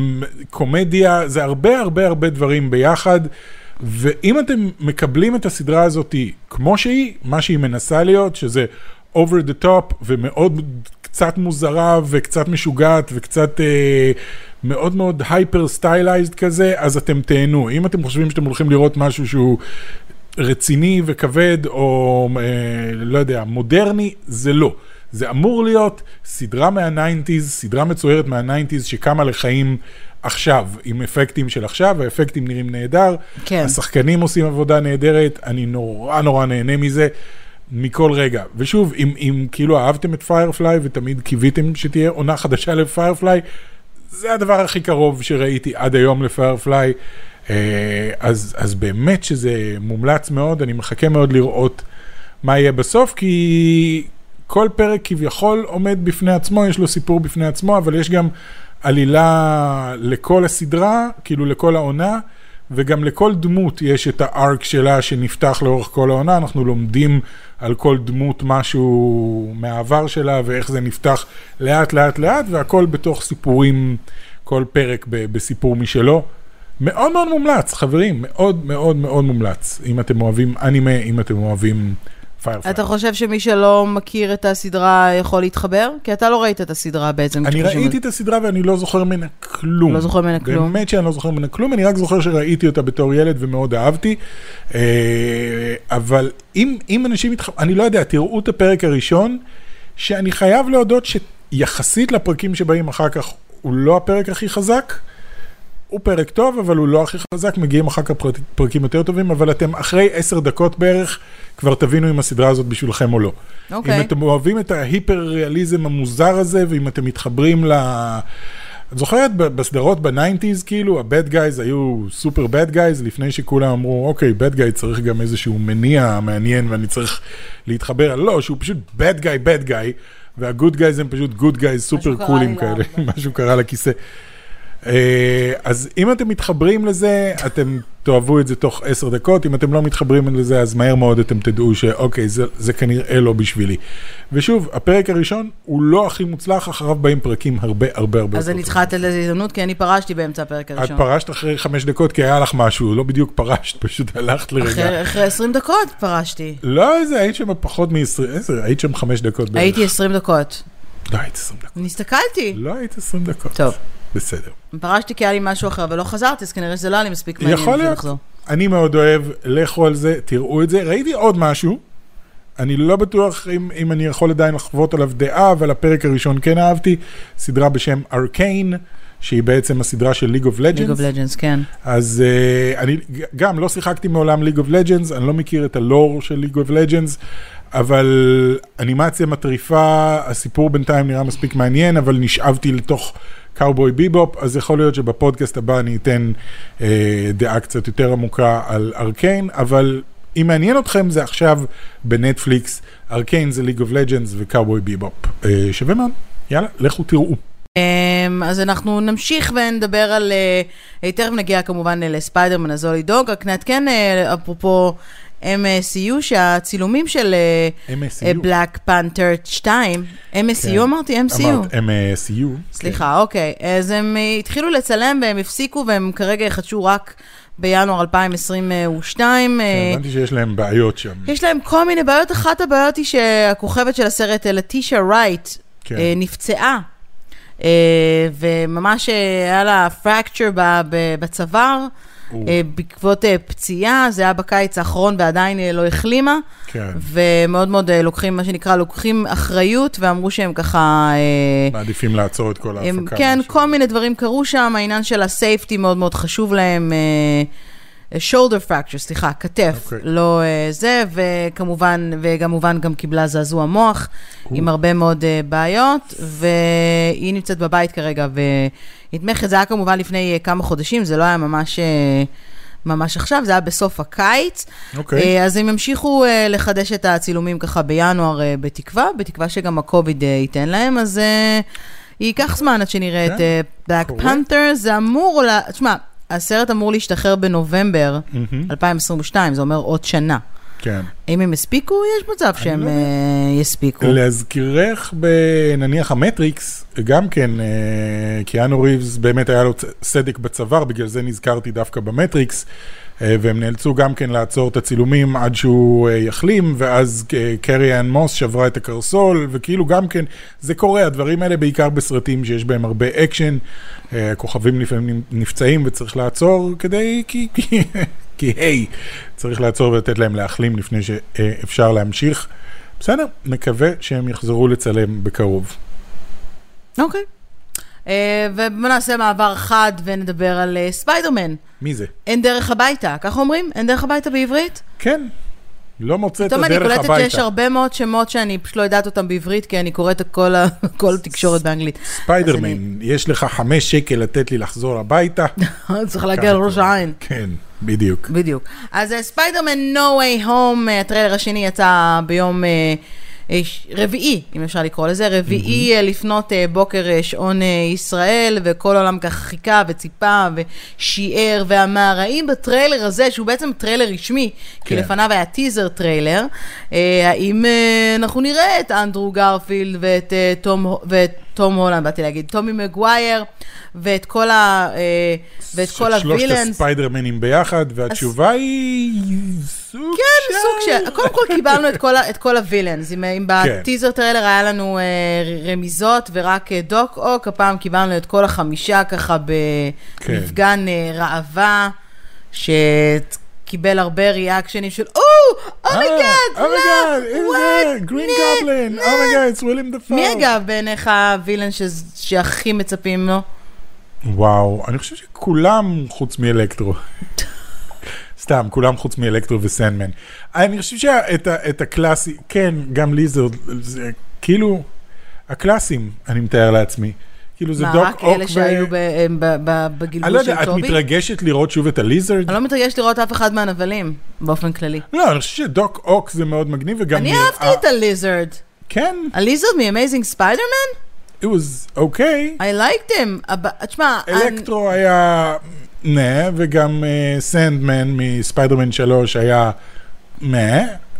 קומדיה, זה הרבה הרבה הרבה דברים ביחד, ואם אתם מקבלים את הסדרה הזאת כמו שהיא, מה שהיא מנסה להיות, שזה over the top, ומאוד קצת מוזרה, וקצת משוגעת, וקצת אה, מאוד מאוד hyper stylized כזה, אז אתם תהנו. אם אתם חושבים שאתם הולכים לראות משהו שהוא רציני וכבד, או לא יודע, מודרני, זה לא. זה אמור להיות סדרה מה-תשעים, סדרה מצוירת מה-תשעים, שקמה לחיים עכשיו, עם אפקטים של עכשיו, האפקטים נראים נהדר, כן. השחקנים עושים עבודה נהדרת, אני נורא נורא נהנה מזה, מכל רגע. ושוב, אם, אם כאילו אהבתם את פיירפליי, ותמיד קיוויתם שתהיה עונה חדשה לפיירפליי, זה הדבר הכי קרוב שראיתי עד היום לפיירפליי, אז, אז באמת שזה מומלץ מאוד, אני מחכה מאוד לראות מה יהיה בסוף, כי כל פרק כביכול עומד בפני עצמו, יש לו סיפור בפני עצמו, אבל יש גם עלילה לכל הסדרה, כאילו לכל העונה, וגם לכל דמות יש את הארק שלה שנפתח לאורך כל העונה, אנחנו לומדים על כל דמות משהו מהעבר שלה, ואיך זה נפתח לאט לאט לאט, והכל בתוך סיפורים, כל פרק בסיפור משלו. מאוד מאוד מומלץ, חברים, מאוד מאוד מאוד מומלץ. אם אתם אוהבים אנימה, אם אתם אוהבים פיירפליי. אתה חושב שמי שלא מכיר את הסדרה יכול להתחבר? כי אתה לא ראית את הסדרה בעצם. אני ראיתי את הסדרה ואני לא זוכר ממנה כלום. לא זוכר ממנה כלום. באמת שאני לא זוכר ממנה כלום, אני רק זוכר שראיתי אותה בתור ילד ומאוד אהבתי. אבל אם, אם אנשים מתחברים, אני לא יודע, תראו את הפרק הראשון, שאני חייב להודות שיחסית לפרקים שבאים אחר כך, הוא לא הפרק הכי חזק, הוא פרק טוב, אבל הוא לא הכי חזק, מגיעים אחר כך פרקים יותר טובים, אבל אתם אחרי עשר דקות בערך, כבר תבינו אם הסדרה הזאת בשבילכם או לא. Okay. אם אתם אוהבים את ההיפר-ריאליזם המוזר הזה, ואם אתם מתחברים ל... את זוכרת בסדרות ב-תשעים, כאילו, ה-bad guys היו סופר bad guys, לפני שכולם אמרו, אוקיי, bad guy צריך גם איזשהו מניע מעניין, ואני צריך להתחבר, לא, שהוא פשוט bad guy, bad guy, וה-good guys הם פשוט good guys, סופר קולים כאלה, משהו קרה לכיסא. אז אם אתם מתחברים לזה, אתם תאהבו את זה תוך עשר דקות, אם אתם לא מתחברים לזה, אז מהר מאוד אתם תדעו שאוקיי, זה, זה כנראה לא בשבילי. ושוב, הפרק הראשון הוא לא הכי מוצלח, אחריו באים פרקים הרבה הרבה הרבה. אז אני צריכה לתת לזה הזדמנות, כי אני פרשתי באמצע הפרק הראשון. את פרשת אחרי חמש דקות, כי היה לך משהו, לא בדיוק פרשת, פשוט הלכת לרגע. אחרי, אחרי עשרים דקות פרשתי. לא, זה היית שם פחות מ-עשרים, היית שם חמש דקות בערך. הייתי עשרים דקות. לא, היית עשרים דקות. נסתכלתי. לא, היית עשרים דקות. טוב. בסדר. פרשתי כי היה לי משהו אחר, ולא חזרתי, אז כנראה שזה לא היה לי מספיק מעניין. יכול להיות. אני מאוד אוהב, לכו על זה, תראו את זה. ראיתי עוד משהו, אני לא בטוח אם, אם אני יכול עדיין לחוות עליו דעה, אבל הפרק הראשון כן אהבתי, סדרה בשם Arcane, שהיא בעצם הסדרה של League of Legends. League of Legends, כן. אז uh, אני גם לא שיחקתי מעולם League of Legends, אני לא מכיר את הלור של League of Legends, אבל אנימציה מטריפה, הסיפור בינתיים נראה מספיק מעניין, אבל נשאבתי לתוך קאובוי ביבופ, אז יכול להיות שבפודקאסט הבא אני אתן אה, דעה קצת יותר עמוקה על ארקיין, אבל אם מעניין אתכם זה עכשיו בנטפליקס, ארקיין זה ליג אוף לג'נדס וקאובוי ביבופ. אה, שווה מאוד, יאללה, לכו תראו. אז אנחנו נמשיך ונדבר על, תכף נגיע כמובן לספיידרמן הזולי דוג, רק נעדכן אפרופו אם אס יו, שהצילומים של בלק פנת'ר שתיים, אם אס יו אמרתי? אם אס יו? אמרת אם אס יו. סליחה, אוקיי. אז הם התחילו לצלם והם הפסיקו והם כרגע יחדשו רק בינואר אלפיים עשרים ושתיים. הבנתי שיש להם בעיות שם. יש להם כל מיני בעיות. אחת הבעיות היא שהכוכבת של הסרט, לטישה רייט, נפצעה. וממש היה לה פרקצ'ר בצוואר, בעקבות פציעה, זה היה בקיץ האחרון ועדיין לא החלימה, ומאוד מאוד לוקחים, מה שנקרא, לוקחים אחריות, ואמרו שהם ככה... מעדיפים לעצור את כל ההפקה. כן, כל מיני דברים קרו שם, העניין של הסייפטי מאוד מאוד חשוב להם, shoulder fracture, סליחה, כתף, לא זה, וכמובן, וכמובן גם קיבלה זעזוע מוח, עם הרבה מאוד בעיות, והיא נמצאת בבית כרגע, והתמחת, זה היה כמובן לפני כמה חודשים, זה לא היה ממש, ממש עכשיו, זה היה בסוף הקיץ, אז הם המשיכו לחדש את הצילומים ככה בינואר בתקווה, בתקווה שגם הקוביד ייתן להם, אז ייקח זמן עד שנראה את Black Panther, זה אמור, תשמע, הסרט אמור להשתחרר בנובמבר אלפיים עשרים ושתיים, זה אומר עוד שנה. כן. אם הם הספיקו, יש מצב שהם יספיקו. להזכירך בנניח המטריקס, גם כן, קיאנו ריבס באמת היה לו סדק בצוואר, בגלל זה נזכרתי דווקא במטריקס, והם נאלצו גם כן לעצור את הצילומים עד שהוא יחלים, ואז קרי אן מוס שברה את הקרסול, וכאילו גם כן, זה קורה, הדברים האלה בעיקר בסרטים שיש בהם הרבה אקשן, כוכבים לפעמים נפצעים וצריך לעצור, כדי, כי, כי, כי היי, צריך לעצור ולתת להם להחלים לפני שאפשר להמשיך. בסדר, נקווה שהם יחזרו לצלם בקרוב. אוקיי. ובוא נעשה מעבר חד ונדבר על ספיידרמן. מי זה? אין דרך הביתה, כך אומרים? אין דרך הביתה בעברית? כן. לא מוצא את הדרך הביתה. פתאום אני קולטת שיש הרבה מאוד שמות שאני פשוט לא יודעת אותם בעברית, כי אני קוראת כל תקשורת באנגלית. ספיידרמן, יש לך חמש שקל לתת לי לחזור הביתה. צריך להגיע לראש העין. כן, בדיוק. בדיוק. אז ספיידרמן No Way Home, הטריילר השני יצא ביום רביעי, אם אפשר לקרוא לזה, רביעי לפנות בוקר שעון ישראל, וכל העולם כך חיכה וציפה ושיער ואמר, האם בטריילר הזה, שהוא בעצם טריילר רשמי, כי לפניו היה טיזר טריילר, האם אנחנו נראה את אנדרו גרפילד ואת תום, ואת תום הולנד, באתי להגיד, טומי מגווייר, ואת כל ה... ואת כל הווילנס. שלושת הספיידרמנים ביחד, והתשובה היא סוג של... כן, סוג של... קודם כל קיבלנו את כל, את כל הווילנס. אם בטיזר טריילר היה לנו רמיזות ורק דוק אוק, הפעם קיבלנו את כל החמישה ככה במפגן ראווה, שקיבל הרבה ריאקשנים של, או, אומייגאד, אומייגאד, איזה גרין גובלין, אומייגאד, it's William Dafoe. מי אגב בעיניך הווילן שהכי מצפים לו? וואו, אני חושב שכולם חוץ מאלקטרו. סתם, כולם חוץ מאלקטרו וסנדמן. אני חושב שאת הקלאסי, כן, גם ליזרד, זה כאילו, הקלאסים, אני מתאר לעצמי. כאילו זה דוק אוק ו... מה, רק אלה שהיו בגלגול של טובי? את מתרגשת לראות שוב את הליזרד? אני לא מתרגשת לראות אף אחד מהנבלים, באופן כללי. לא, אני חושב שדוק אוק זה מאוד מגניב, וגם... אני אהבתי את הליזרד. כן. הליזרד מ-Amazing Spider-Man? It was okay. I liked him. תשמע... אלקטרו היה... נה, וגם סנדמן מספיידרמן שלוש היה מה.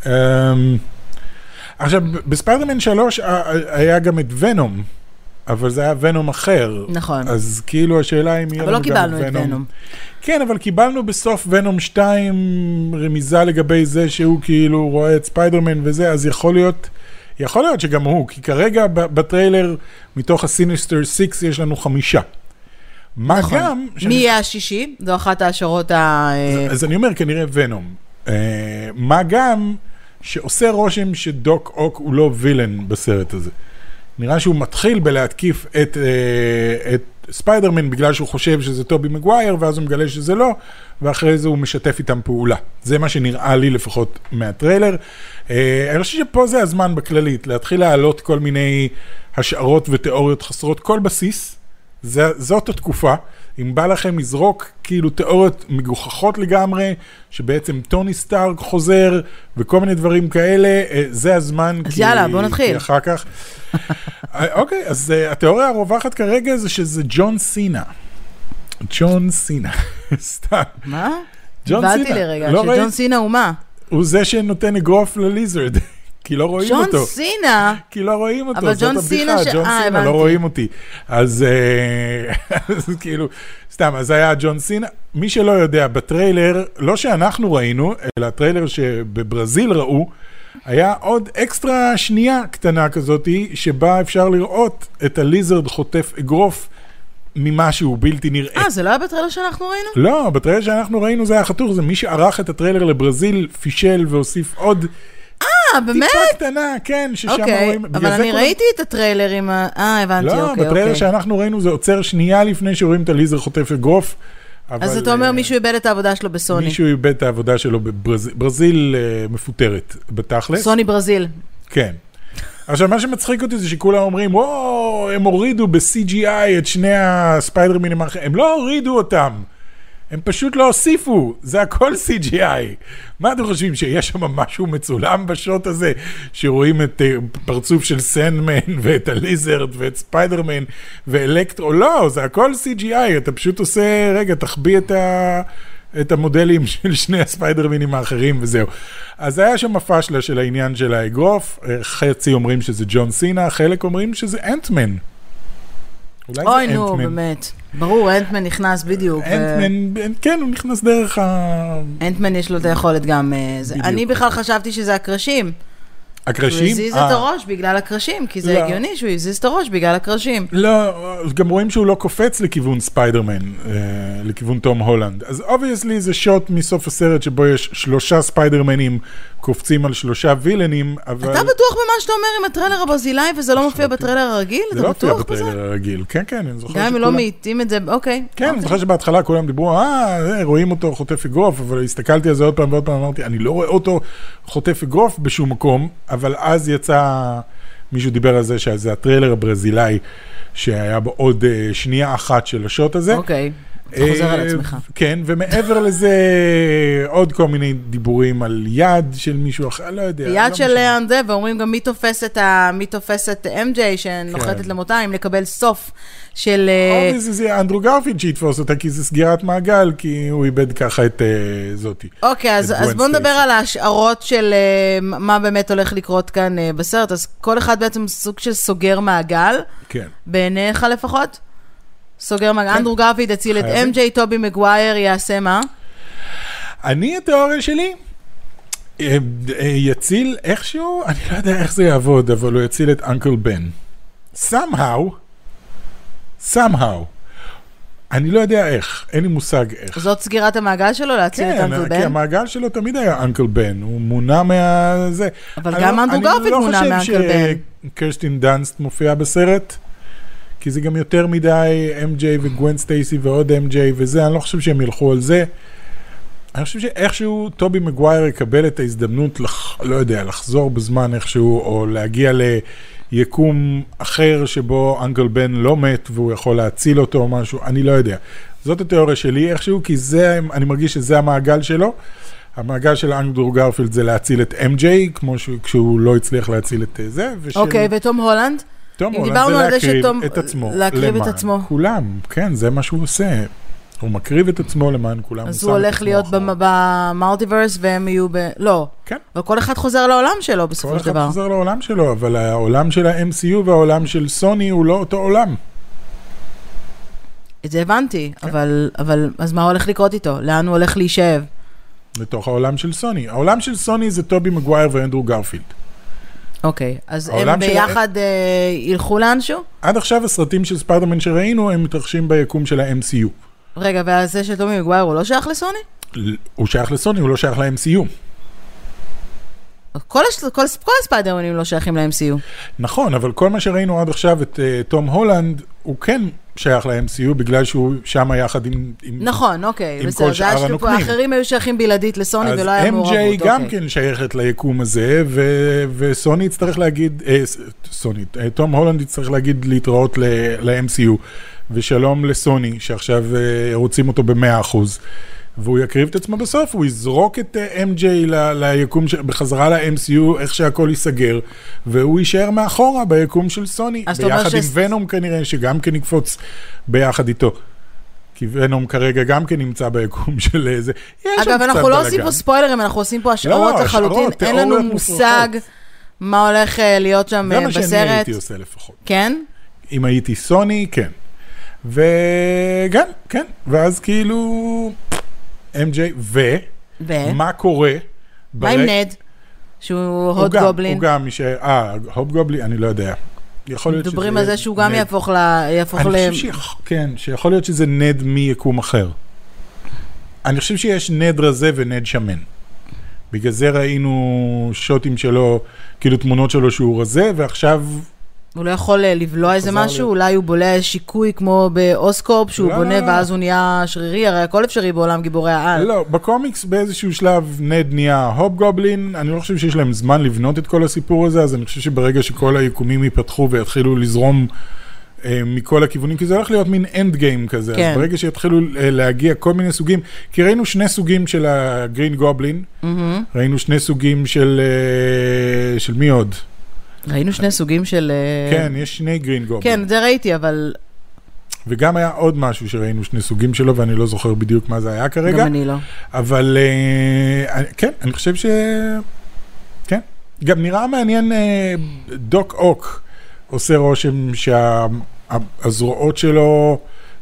עכשיו, בספיידרמן שלוש היה גם את ונום, אבל זה היה ונום אחר. נכון. אז כאילו השאלה אם... אבל לא קיבלנו את ונום. כן, אבל קיבלנו בסוף ונום שתיים רמיזה לגבי זה שהוא כאילו רואה את ספיידרמן וזה, אז יכול להיות... יכול להיות שגם הוא, כי כרגע בטריילר מתוך הסיניסטר סיקס יש לנו חמישה. מה נכון. גם... מי יהיה השישי? זו אחת ההשערות ה... אז, אז אני אומר, כנראה ונום. Uh, מה גם שעושה רושם שדוק אוק הוא לא וילן בסרט הזה. נראה שהוא מתחיל בלהתקיף את, uh, את ספיידרמן בגלל שהוא חושב שזה טובי מגווייר, ואז הוא מגלה שזה לא, ואחרי זה הוא משתף איתם פעולה. זה מה שנראה לי לפחות מהטריילר. Uh, אני חושב שפה זה הזמן בכללית, להתחיל להעלות כל מיני השערות ותיאוריות חסרות כל בסיס, זה, זאת התקופה, אם בא לכם לזרוק כאילו תיאוריות מגוחכות לגמרי, שבעצם טוני סטארק חוזר, וכל מיני דברים כאלה, זה הזמן. אז כי, יאללה, בוא נתחיל. כי אחר כך. אוקיי, אז התיאוריה הרווחת כרגע זה שזה ג'ון סינה. ג'ון סינה. סתם. מה? ג'ון סינה. באתי לרגע, שג'ון סינה הוא מה? הוא זה שנותן אגרוף לליזרד. כי לא רואים אותו. ג'ון סינה? כי לא רואים אותו, אבל ג'ון סינה, ג'ון סינה, לא רואים אותי. אז כאילו, סתם, אז היה ג'ון סינה. מי שלא יודע, בטריילר, לא שאנחנו ראינו, אלא הטריילר שבברזיל ראו, היה עוד אקסטרה שנייה קטנה כזאת, שבה אפשר לראות את הליזרד חוטף אגרוף ממשהו בלתי נראה. אה, זה לא היה בטריילר שאנחנו ראינו? לא, בטריילר שאנחנו ראינו זה היה חתוך, זה מי שערך את הטריילר לברזיל, פישל והוסיף עוד... אה, באמת? טיפה קטנה, כן, ששם רואים... אבל אני ראיתי את הטריילר עם ה... אה, הבנתי, אוקיי, אוקיי. לא, בטריילר שאנחנו ראינו זה עוצר שנייה לפני שרואים את הליזר חוטף אגרוף. אז אתה אומר מישהו איבד את העבודה שלו בסוני. מישהו איבד את העבודה שלו בברזיל. ברזיל מפוטרת בתכלס. סוני ברזיל. כן. עכשיו, מה שמצחיק אותי זה שכולם אומרים, וואו, הם הורידו ב-סי ג'י איי את שני הספיידרמינים האחרים. הם לא הורידו אותם. הם פשוט לא הוסיפו, זה הכל סי ג'י איי. מה אתם חושבים, שיש שם משהו מצולם בשוט הזה, שרואים את פרצוף של סנדמן, ואת הליזרד, ואת ספיידרמן, ואלקטרו? לא, זה הכל סי ג'י איי, אתה פשוט עושה, רגע, תחביא את, ה... את המודלים של שני הספיידרמינים האחרים, וזהו. אז היה שם הפשלה של העניין של האגרוף, חצי אומרים שזה ג'ון סינה, חלק אומרים שזה אנטמן. אוי נו, באמת. ברור, אנטמן נכנס בדיוק. אנטמן, כן, הוא נכנס דרך ה... אנטמן יש לו את היכולת גם... אני בכלל חשבתי שזה הקרשים. הקרשים? הוא הזיז את הראש בגלל הקרשים, כי זה הגיוני שהוא הזיז את הראש בגלל הקרשים. לא, גם רואים שהוא לא קופץ לכיוון ספיידרמן, לכיוון תום הולנד. אז obviously זה שוט מסוף הסרט שבו יש שלושה ספיידרמנים קופצים על שלושה וילנים, אבל... אתה בטוח במה שאתה אומר עם הטריילר הברזילאי, וזה לא מופיע בטריילר הרגיל? זה לא מופיע בטריילר הרגיל, כן, כן, אני זוכר שכולם... גם אם לא מעיטים את זה, אוקיי. כן, אני זוכר שבהתחלה כולם דיברו, אה, רואים אותו חוטף אגרוף, אבל הסתכלתי על זה עוד פעם ועוד פעם, אמרתי, אני לא רואה אותו חוטף אגרוף בשום מקום, אבל אז יצא, מישהו דיבר על זה, שזה הטריילר הברזילאי, שהיה בו עוד שנייה אחת של השוט הזה. אוקיי. אתה חוזר על עצמך. כן, ומעבר לזה, עוד כל מיני דיבורים על יד של מישהו אחר, לא יודע. יד של אנדה, ואומרים גם מי תופס את אם ג'יי שנוחתת למותה, אם לקבל סוף של... או זה אנדרו גרפילד שיתפוס אותה, כי זה סגירת מעגל, כי הוא איבד ככה את זאתי. אוקיי, אז בואו נדבר על ההשערות של מה באמת הולך לקרות כאן בסרט. אז כל אחד בעצם סוג של סוגר מעגל, בעיניך לפחות? סוגר מעגל, אנדרו גרפילד הציל את אם ג'יי, טובי מגווייר יעשה מה? אני, התיאוריה שלי, יציל איכשהו, אני לא יודע איך זה יעבוד, אבל הוא יציל את אנקל בן. somehow, somehow. אני לא יודע איך, אין לי מושג איך. זאת סגירת המעגל שלו, להציל את אנקל בן? כן, כי המעגל שלו תמיד היה אנקל בן, הוא מונה מה... זה. אבל גם אנדרו גרפילד מונה מאנקל בן. אני לא חושב שקרסטין דאנסט מופיעה בסרט, כי זה גם יותר מדי אם ג'יי וגוון סטייסי ועוד אם ג'יי וזה, אני לא חושב שהם ילכו על זה. אני חושב שאיכשהו טובי מגווייר יקבל את ההזדמנות, לח, לא יודע, לחזור בזמן איכשהו, או להגיע ליקום אחר שבו אנקל בן לא מת, והוא יכול להציל אותו או משהו, אני לא יודע. זאת התיאוריה שלי איכשהו, כי זה, אני מרגיש שזה המעגל שלו. המעגל של אנדרו גרפילד זה להציל את אם ג'יי, כמו כשהוא לא הצליח להציל את זה. אוקיי, וטום הולנד? תום הולנד זה להקריב את עצמו, להקריב את עצמו. כולם, כן, זה מה שהוא עושה. הוא מקריב את עצמו למען כולם. אז הוא הולך להיות במולטיברס והם יהיו ב... לא. כן. אבל כל אחד חוזר לעולם שלו בסופו של דבר. כל אחד חוזר לעולם שלו, אבל העולם של ה-אם סי יו והעולם של סוני הוא לא אותו עולם. את זה הבנתי, אבל, אבל אז מה הולך לקרות איתו? לאן הוא הולך להישאב? לתוך העולם של סוני. העולם של סוני זה טובי מגווייר ואנדרו גרפילד. אוקיי, אז הם ביחד ילכו לאנשהו? עד עכשיו הסרטים של ספיידרמן שראינו, הם מתרחשים ביקום של ה-אם סי יו. רגע, והזה של טומי מגווייר הוא לא שייך לסוני? הוא שייך לסוני, הוא לא שייך ל-אם סי יו. כל הספיידרמנים לא שייכים ל-אם סי יו. נכון, אבל כל מה שראינו עד עכשיו את תום הולנד, הוא כן שייך ל-אם סי יו, בגלל שהוא שם יחד עם, נכון, אוקיי, עם כל שאר הנוקמים. האחרים היו שייכים בלעדית לסוני ולא היה מעורבות. אז אם ג'יי גם כן שייכת ליקום הזה, וסוני יצטרך להגיד, סוני, תום הולנד יצטרך להגיד להתראות ל-אם סי יו, ושלום לסוני, שעכשיו רוצים אותו ב-מאה אחוז. והוא יקריב את עצמו בסוף, הוא יזרוק את אם ג'יי ליקום, בחזרה ל-אם סי יו, איך שהכל ייסגר, והוא יישאר מאחורה ביקום של סוני, ביחד עם ונום כנראה, שגם כן יקפוץ ביחד איתו. כי ונום כרגע גם כן נמצא ביקום של איזה... אגב, אנחנו לא עושים פה ספוילרים, אנחנו עושים פה השערות לחלוטין, אין לנו מושג מה הולך להיות שם בסרט. זה מה שאני הייתי עושה לפחות. כן? אם הייתי סוני, כן. וגם, כן, ואז כאילו... אם ג'יי, ו... מה קורה? מה עם נד? שהוא הוד גובלין? הוא גם, אה, הוד גובלין, אני לא יודע. מדברים על זה שהוא גם יהפוך ל... אני חושב כן, שיכול להיות שזה נד מיקום אחר. אני חושב שיש נד רזה ונד שמן. בגלל זה ראינו שוטים שלו, כאילו תמונות שלו שהוא רזה, ועכשיו... הוא לא יכול לבלוע איזה משהו, אולי הוא בולע שיקוי כמו באוסקופ, שהוא בונה ואז הוא נהיה שרירי, הרי הכל אפשרי בעולם גיבורי העל. לא, בקומיקס באיזשהו שלב נד נהיה הוב גובלין, אני לא חושב שיש להם זמן לבנות את כל הסיפור הזה, אז אני חושב שברגע שכל היקומים ייפתחו ויתחילו לזרום מכל הכיוונים, כי זה הולך להיות מין אנד גיים כזה, אז ברגע שיתחילו להגיע כל מיני סוגים, כי ראינו שני סוגים של הגרין גובלין, ראינו שני סוגים של מי עוד? ראינו שני סוגים של... כן, יש שני גרין גובלין. כן, זה ראיתי, אבל... וגם היה עוד משהו שראינו שני סוגים שלו, ואני לא זוכר בדיוק מה זה היה כרגע. גם אני לא. אבל כן, אני חושב ש... כן. גם נראה מעניין, דוק אוק עושה רושם שהזרועות שלו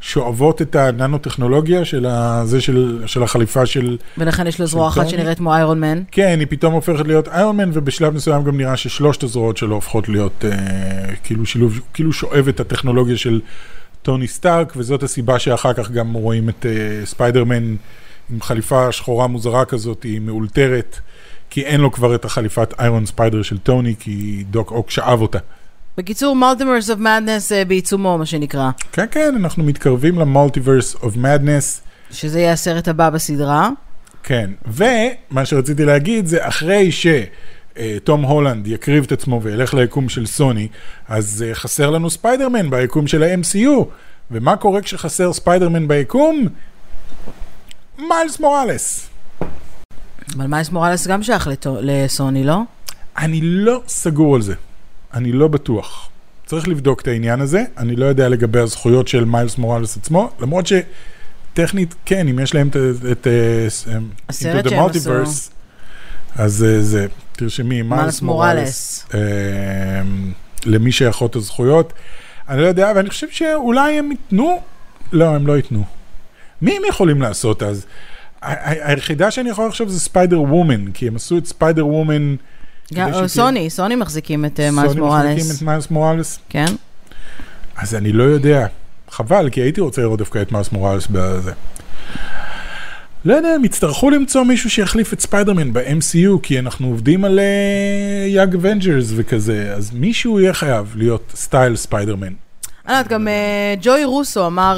שואבות את הננו-טכנולוגיה של, הזה של, של החליפה של... ולכן יש לו זרוע אחת שנראית כמו איירון מן. כן, היא פתאום הופכת להיות איירון מן, ובשלב מסוים גם נראה ששלושת הזרועות שלו הופכות להיות אה, כאילו שילוב, כאילו שואב את הטכנולוגיה של טוני סטארק, וזאת הסיבה שאחר כך גם רואים את אה, ספיידרמן עם חליפה שחורה מוזרה כזאת, היא מאולתרת, כי אין לו כבר את החליפת איירון ספיידר של טוני, כי דוק אוק שאב אותה. בקיצור, Multiverse of Madness בעיצומו, מה שנקרא. כן, כן, אנחנו מתקרבים ל-Multiverse of Madness. שזה יהיה הסרט הבא בסדרה. כן, ומה שרציתי להגיד זה אחרי שתום הולנד יקריב את עצמו וילך ליקום של סוני, אז חסר לנו ספיידרמן ביקום של ה-אם סי יו. ומה קורה כשחסר ספיידרמן ביקום? מיילס מוראלס. אבל מיילס מוראלס גם שייך לסוני, לא? אני לא סגור על זה. אני לא בטוח. צריך לבדוק את העניין הזה. אני לא יודע לגבי הזכויות של מיילס מוראלס עצמו, למרות שטכנית, כן, אם יש להם את הסרט שהם עשו. אז זה, תרשמי, מיילס מוראלס, למי שייכות את הזכויות. אני לא יודע, ואני חושב שאולי הם ייתנו, לא, הם לא ייתנו. מי הם יכולים לעשות אז? היחידה שאני יכול לחשוב זה ספיידר וומן, כי הם עשו את ספיידר וומן, סוני, סוני מחזיקים את מיילס מוראלס. סוני מחזיקים את מיילס מוראלס? כן. אז אני לא יודע. חבל, כי הייתי רוצה לראות דווקא את מיילס מוראלס בזה. לא יודע, הם יצטרכו למצוא מישהו שיחליף את ספיידרמן ב-אם סי יו, כי אנחנו עובדים על יאג אבנג'רס וכזה, אז מישהו יהיה חייב להיות סטייל ספיידרמן. אני יודעת, גם ג'וי רוסו אמר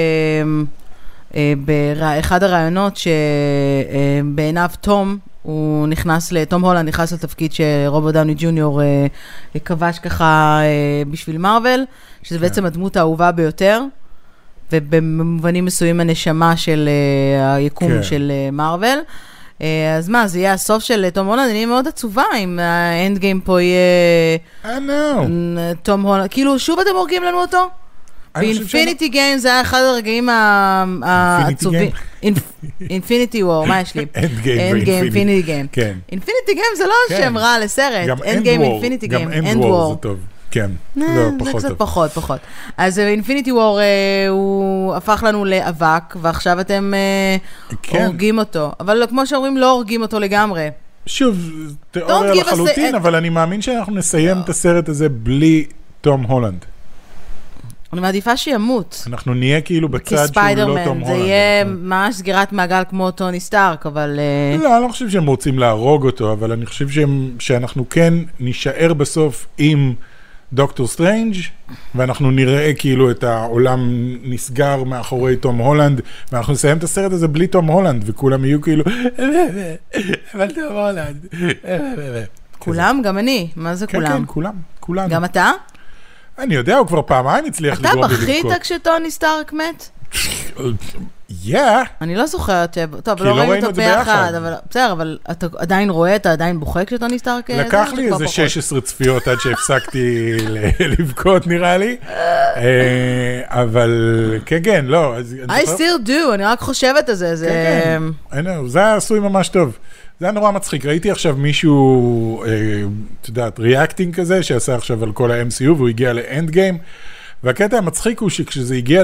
באחד הרעיונות שבעיניו תום, הוא נכנס, תום הולנד נכנס לתפקיד שרובוט דאוני ג'וניור כבש ככה בשביל מארוול, שזה בעצם הדמות האהובה ביותר, ובמובנים מסוים הנשמה של היקום של מארוול. אז מה, זה יהיה הסוף של תום הולנד, אני מאוד עצובה אם האנד גיים פה יהיה תום הולנד, כאילו שוב אתם הורגים לנו אותו? באינפיניטי גיים זה היה אחד הרגעים העצובים. אינפיניטי וור, מה יש לי? אנד גיים ואינפיניטי גיים. אינפיניטי גיים זה לא שם רע לסרט. אנד גיים, אינפיניטי גיים. גם אנד וור זה טוב. כן, לא, פחות טוב. זה קצת פחות, פחות. אז אינפיניטי וור הוא הפך לנו לאבק, ועכשיו אתם הורגים אותו. אבל כמו שאומרים, לא הורגים אותו לגמרי. שוב, תיאוריה לחלוטין, אבל אני מאמין שאנחנו נסיים את הסרט הזה בלי תום הולנד. אני מעדיפה שימות. אנחנו נהיה כאילו בצד שהוא לא תום הולנד. זה יהיה ממש סגירת מעגל כמו טוני סטארק, אבל... לא, אני לא חושב שהם רוצים להרוג אותו, אבל אני חושב שאנחנו כן נשאר בסוף עם דוקטור סטרנג', ואנחנו נראה כאילו את העולם נסגר מאחורי תום הולנד, ואנחנו נסיים את הסרט הזה בלי תום הולנד, וכולם יהיו כאילו... אבל תום הולנד. כולם? גם אני. מה זה כולם? כן, כן, כולם. כולם. גם אתה? אני יודע, הוא כבר פעמיים הצליח לגרום לי לבכות. אתה בכית כשטוני סטארק מת? Yeah. אני לא זוכרת, טוב, לא ראינו אותו ביחד, אבל בסדר, אבל אתה עדיין רואה, אתה עדיין בוכה כשטוני סטארק? לקח לי איזה שש עשרה צפיות עד שהפסקתי לבכות, נראה לי, אבל כן, כן, לא. I still do, אני רק חושבת על זה. כן, כן, זה היה עשוי ממש טוב. זה היה נורא מצחיק. ראיתי עכשיו מישהו, אתה יודעת, ריאקטינג כזה, שעשה עכשיו על כל ה-אם סי יו, והוא הגיע לאנד גיים, והקטע המצחיק הוא שכשזה הגיע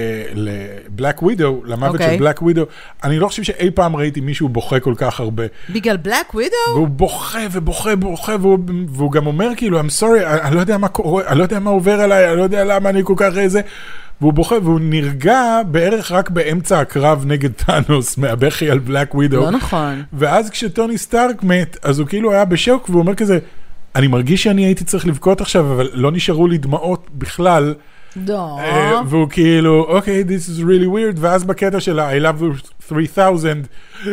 לבלק ווידו, למוות של בלק ווידו, אני לא חושב שאי פעם ראיתי מישהו בוכה כל כך הרבה. בגלל בלק ווידו? והוא בוכה ובוכה ובוכה, והוא גם אומר כאילו, I'm sorry, אני לא יודע מה קורה, אני לא יודע מה עובר עליי, אני לא יודע למה אני כל כך איזה, והוא בוכה, והוא נרגע בערך רק באמצע הקרב נגד טאנוס, מהבכי על בלק ווידו. לא נכון. ואז כשטוני סטארק מת, אז הוא כאילו היה בשוק, והוא אומר כזה, אני מרגיש שאני הייתי צריך לבכות עכשיו, אבל לא נשארו לי דמעות בכלל. לא. והוא כאילו, אוקיי, this is really weird, ואז בקטע שלה, I love you three thousand,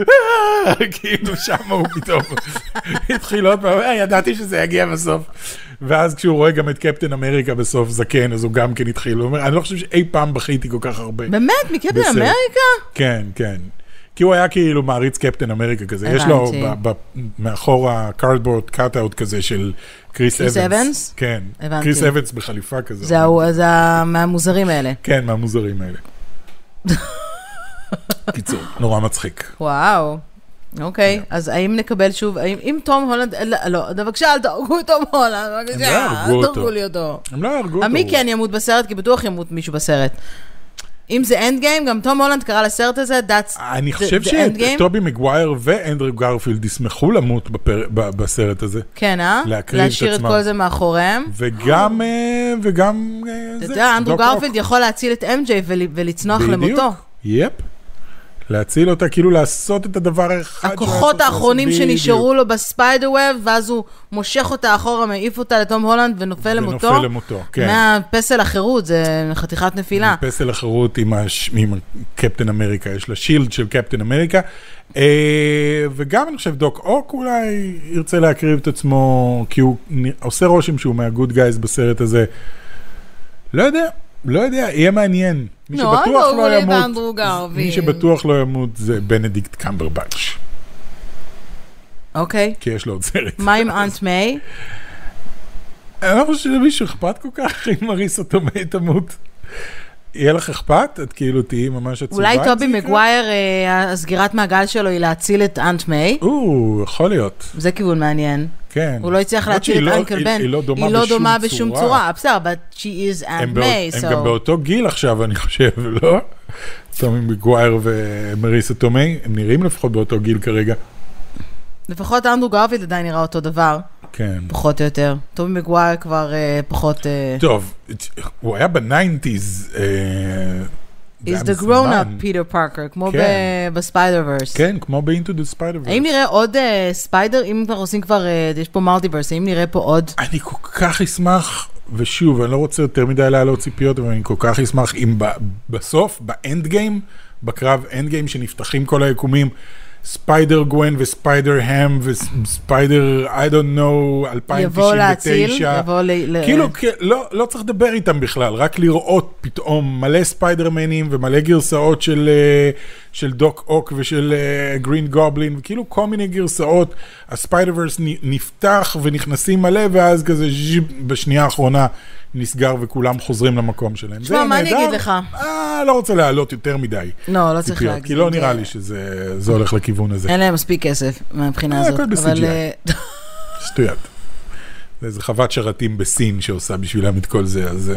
כאילו שם הוא פתאום התחיל עוד פעם, ידעתי שזה יגיע בסוף. ואז כשהוא רואה גם את קפטן אמריקה בסוף זקן, אז הוא גם כן התחיל. הוא אומר, אני לא חושב שאי פעם בכיתי כל כך הרבה. באמת? מקפטן אמריקה? כן, כן. כי הוא היה כאילו מעריץ קפטן אמריקה כזה. יש לו מאחור הקארדבורד קאט-אאוט כזה של קריס אבנס. קריס אבנס? כן. קריס אבנס בחליפה כזה. זה מהמוזרים האלה. כן, מהמוזרים האלה. קיצור, נורא מצחיק. וואו. אוקיי, אז האם נקבל שוב, אם תום הולנד, לא, בבקשה, אל תהרגו את תום הולנד, בבקשה, אל תהרגו לי אותו. הם לא יהרגו אותו. מי כן ימות בסרט, כי בטוח ימות מישהו בסרט. אם זה אנד גיים, גם תום הולנד קרא לסרט הזה, that's the end game. אני חושב שטובי מגווייר ואנדרו גרפילד ישמחו למות בסרט הזה. כן, אה? להשאיר את כל זה מאחוריהם. וגם, וגם... אתה יודע, אנדרו גרפילד יכול להציל את אם ג'יי ולצנוח למותו. בדיוק, יפ. להציל אותה, כאילו לעשות את הדבר האחד. הכוחות האחרונים שנשארו לו בספיידר ווב, ואז הוא מושך אותה אחורה, מעיף אותה לתום הולנד ונופל למותו. ונופל למותו, כן. מהפסל החירות, זה חתיכת נפילה. פסל החירות עם קפטן אמריקה, יש לה שילד של קפטן אמריקה, וגם אני חושב דוק אוק אולי ירצה להקריב את עצמו, כי הוא עושה רושם שהוא מהגוד גייז בסרט הזה. לא יודע. לא יודע, יהיה מעניין. מי שבטוח לא ימות, מי שבטוח לא ימות זה בנדיקט קמברבץ'. אוקיי. כי יש לו עוד סרט. מה עם אנט מיי? אני לא חושב שלמישהו אכפת כל כך אם מריסה תומי תמות. יהיה לך אכפת? את כאילו תהיי ממש עצובה. אולי טובי מגווייר, הסגירת מעגל שלו היא להציל את אנט מיי. או, יכול להיות. זה כיוון מעניין. כן. הוא לא יצליח להציל את אנקל בן. היא לא דומה בשום צורה. בסדר, but she is Aunt May, הם גם באותו גיל עכשיו, אני חושב, לא? טומי מגווייר ומריסה תומי, הם נראים לפחות באותו גיל כרגע. לפחות אנדרו גרפילד עדיין נראה אותו דבר. כן. פחות או יותר. טומי מגווייר כבר פחות... טוב, הוא היה בניינטיז... Is the grown-up Peter Parker, כמו בספיידר-ורס. כן, כמו ב-Into the Spider-Verse. האם נראה עוד ספיידר? אם אנחנו עושים כבר, יש פה מולטיברס, האם נראה פה עוד? אני כל כך אשמח, ושוב, אני לא רוצה יותר מדי להעלות ציפיות, אבל אני כל כך אשמח אם בסוף, באנד גיים, בקרב אנד גיים שנפתחים כל היקומים, ספיידר גווין וספיידר הם וספיידר, I don't know, אלפיים תשעים ותשע. יבוא להציל, יבוא ל... כאילו, לא, לא צריך לדבר איתם בכלל, רק לראות פתאום מלא ספיידרמנים ומלא גרסאות של, של דוק אוק ושל גרין גובלין, וכאילו כל מיני גרסאות, הספיידר-ורס נפתח ונכנסים מלא, ואז כזה ז'יב, בשנייה האחרונה נסגר וכולם חוזרים למקום שלהם. תשמע, מה אני אגיד לך? אה, לא רוצה להעלות יותר מדי. לא, לא צריך להגזים. כי לא נראה לי שזה הולך לכיוון הזה. אין להם מספיק כסף מהבחינה הזאת. הכל בסי ג'י איי. שטויות. זה איזה חוות שרתים בסין שעושה בשבילם את כל זה, אז...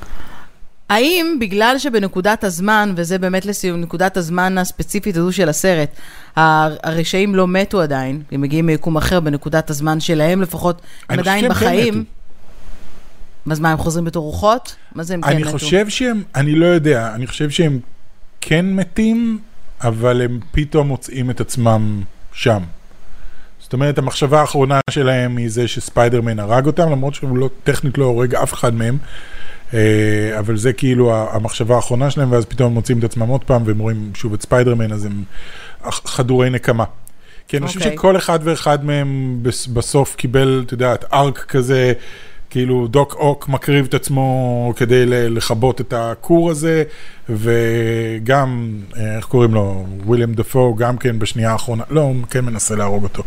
האם בגלל שבנקודת הזמן, וזה באמת לסיום, נקודת הזמן הספציפית הזו של הסרט, הרשעים לא מתו עדיין, הם מגיעים מיקום אחר בנקודת הזמן שלהם לפחות, הם עדיין בחיים. אז מה, הם חוזרים בתור רוחות? מה זה הם כן מתו? אני חושב שהם, אני לא יודע, אני חושב שהם כן מתים, אבל הם פתאום מוצאים את עצמם שם. זאת אומרת, המחשבה האחרונה שלהם היא זה שספיידרמן הרג אותם, למרות שהוא לא, טכנית לא הורג אף אחד מהם, אבל זה כאילו המחשבה האחרונה שלהם, ואז פתאום הם מוצאים את עצמם עוד פעם, והם רואים שוב את ספיידרמן, אז הם חדורי נקמה. כי אני חושב שכל אחד ואחד מהם בסוף קיבל, אתה יודעת, ארק כזה, כאילו דוק אוק מקריב את עצמו כדי לחבות את הקור הזה, וגם, איך קוראים לו, וויליאם דפו, גם כן בשנייה האחרונה, לא, הוא כן מנסה להרוג אותו.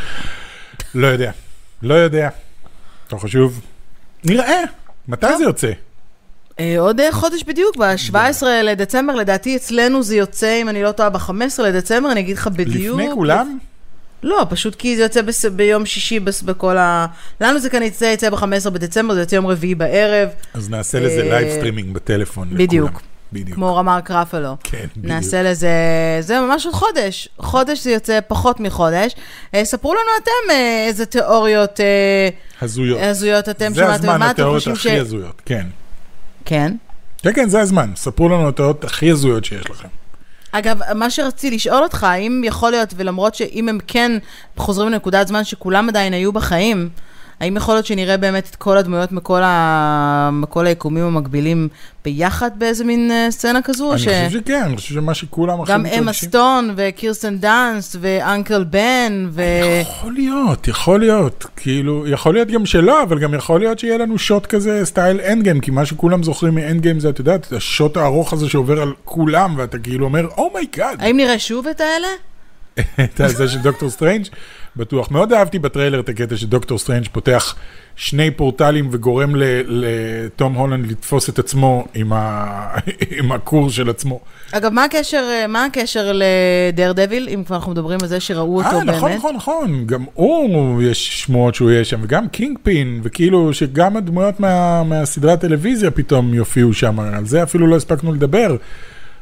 לא יודע, לא יודע. לא חשוב. נראה, מתי זה יוצא? עוד חודש בדיוק, ב-שבעה עשר לדצמבר, לדעתי אצלנו זה יוצא, אם אני לא טועה, ב-חמישה עשר לדצמבר, אני אגיד לך בדיוק. לפני כולם? לא, פשוט כי זה יוצא ביום שישי בכל ה... לנו זה כאן יצא, יצא ב-חמישה עשר בדצמבר, זה יוצא יום רביעי בערב. אז נעשה לזה לייב סטרימינג בטלפון לכולם. בדיוק. כמו רמר קרפלו. כן, בדיוק. נעשה לזה, זה ממש עוד חודש. חודש זה יוצא פחות מחודש. ספרו לנו אתם איזה תיאוריות... הזויות. הזויות אתם שמעתם. זה הזמן, התיאוריות הכי הזויות, כן. כן? כן, כן, זה הזמן. ספרו לנו התיאוריות הכי הזויות שיש לכם. אגב, מה שרציתי לשאול אותך, האם יכול להיות, ולמרות שאם הם כן חוזרים לנקודת זמן שכולם עדיין היו בחיים, האם יכול להיות שנראה באמת את כל הדמויות מכל, ה... מכל היקומים המקבילים ביחד באיזה מין סצנה כזו? אני ש... חושב שכן, אני חושב שמה שכולם... גם אמה סטון וקירסטן דאנסט ואנקל בן ו... יכול להיות, יכול להיות. כאילו, יכול להיות גם שלא, אבל גם יכול להיות שיהיה לנו שוט כזה סטייל אנד גיים, כי מה שכולם זוכרים מאנד גיים זה, אתה יודע, השוט הארוך הזה שעובר על כולם, ואתה כאילו אומר, אומייגאד. האם נראה שוב את האלה? את זה של דוקטור סטרנג' בטוח. מאוד אהבתי בטריילר את הקטע שדוקטור סטרנג' פותח שני פורטלים וגורם לתום הולנד לתפוס את עצמו עם, ה... עם הקור של עצמו. אגב, מה הקשר, מה הקשר לדר דביל, אם כבר אנחנו מדברים על זה שראו אותו 아, באמת? נכון, נכון, נכון. גם הוא, יש שמועות שהוא יהיה שם, וגם קינג פין, וכאילו שגם הדמויות מה, מהסדרת טלוויזיה פתאום יופיעו שם. על זה אפילו לא הספקנו לדבר.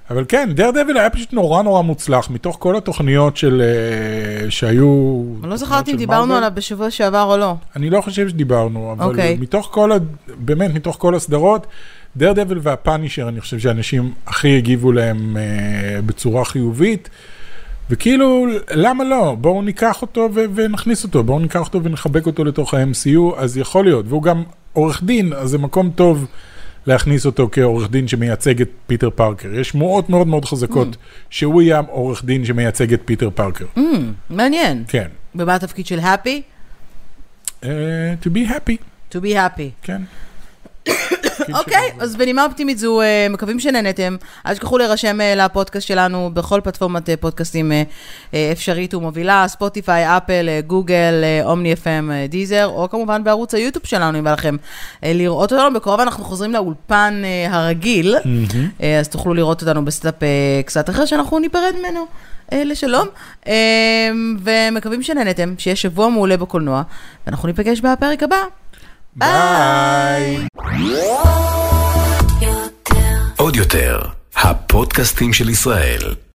אבל כן, דרדביל היה פשוט נורא נורא מוצלח, מתוך כל התוכניות של, שהיו... אני לא זכרתי אם דיברנו עליו בשבוע שעבר או לא. אני לא חושב שדיברנו, אבל okay. מתוך כל, באמת, מתוך כל הסדרות, דרדביל והפאנישר, אני חושב שאנשים הכי הגיבו להם בצורה חיובית, וכאילו, למה לא? בואו ניקח אותו ו- ונכניס אותו, בואו ניקח אותו ונחבק אותו לתוך ה-אם סי יו, אז יכול להיות, והוא גם עורך דין, אז זה מקום טוב להכניס אותו כעורך דין שמייצג את פיטר פארקר. יש שמועות מאוד מאוד חזקות mm. שהוא יהיה עורך דין שמייצג את פיטר פארקר. Mm, מעניין. כן. ומה התפקיד של happy? Uh, to be happy. To be happy. כן. אוקיי, אז בנימה אופטימית זו, מקווים שנהנתם. אל תשכחו להירשם לפודקאסט שלנו בכל פלטפורמת פודקאסטים אפשרית ומובילה, ספוטיפיי, אפל, גוגל, אומני אף אם, דיזר, או כמובן בערוץ היוטיוב שלנו, אם בא לכם לראות אותנו. בקרוב אנחנו חוזרים לאולפן הרגיל, אז תוכלו לראות אותנו בסטאפ קצת אחר שאנחנו ניפרד ממנו. לשלום, ומקווים שנהנתם, שיהיה שבוע מעולה בקולנוע, ואנחנו ניפגש בפרק הבא. ביי. עוד יותר, הפודקאסטים של ישראל.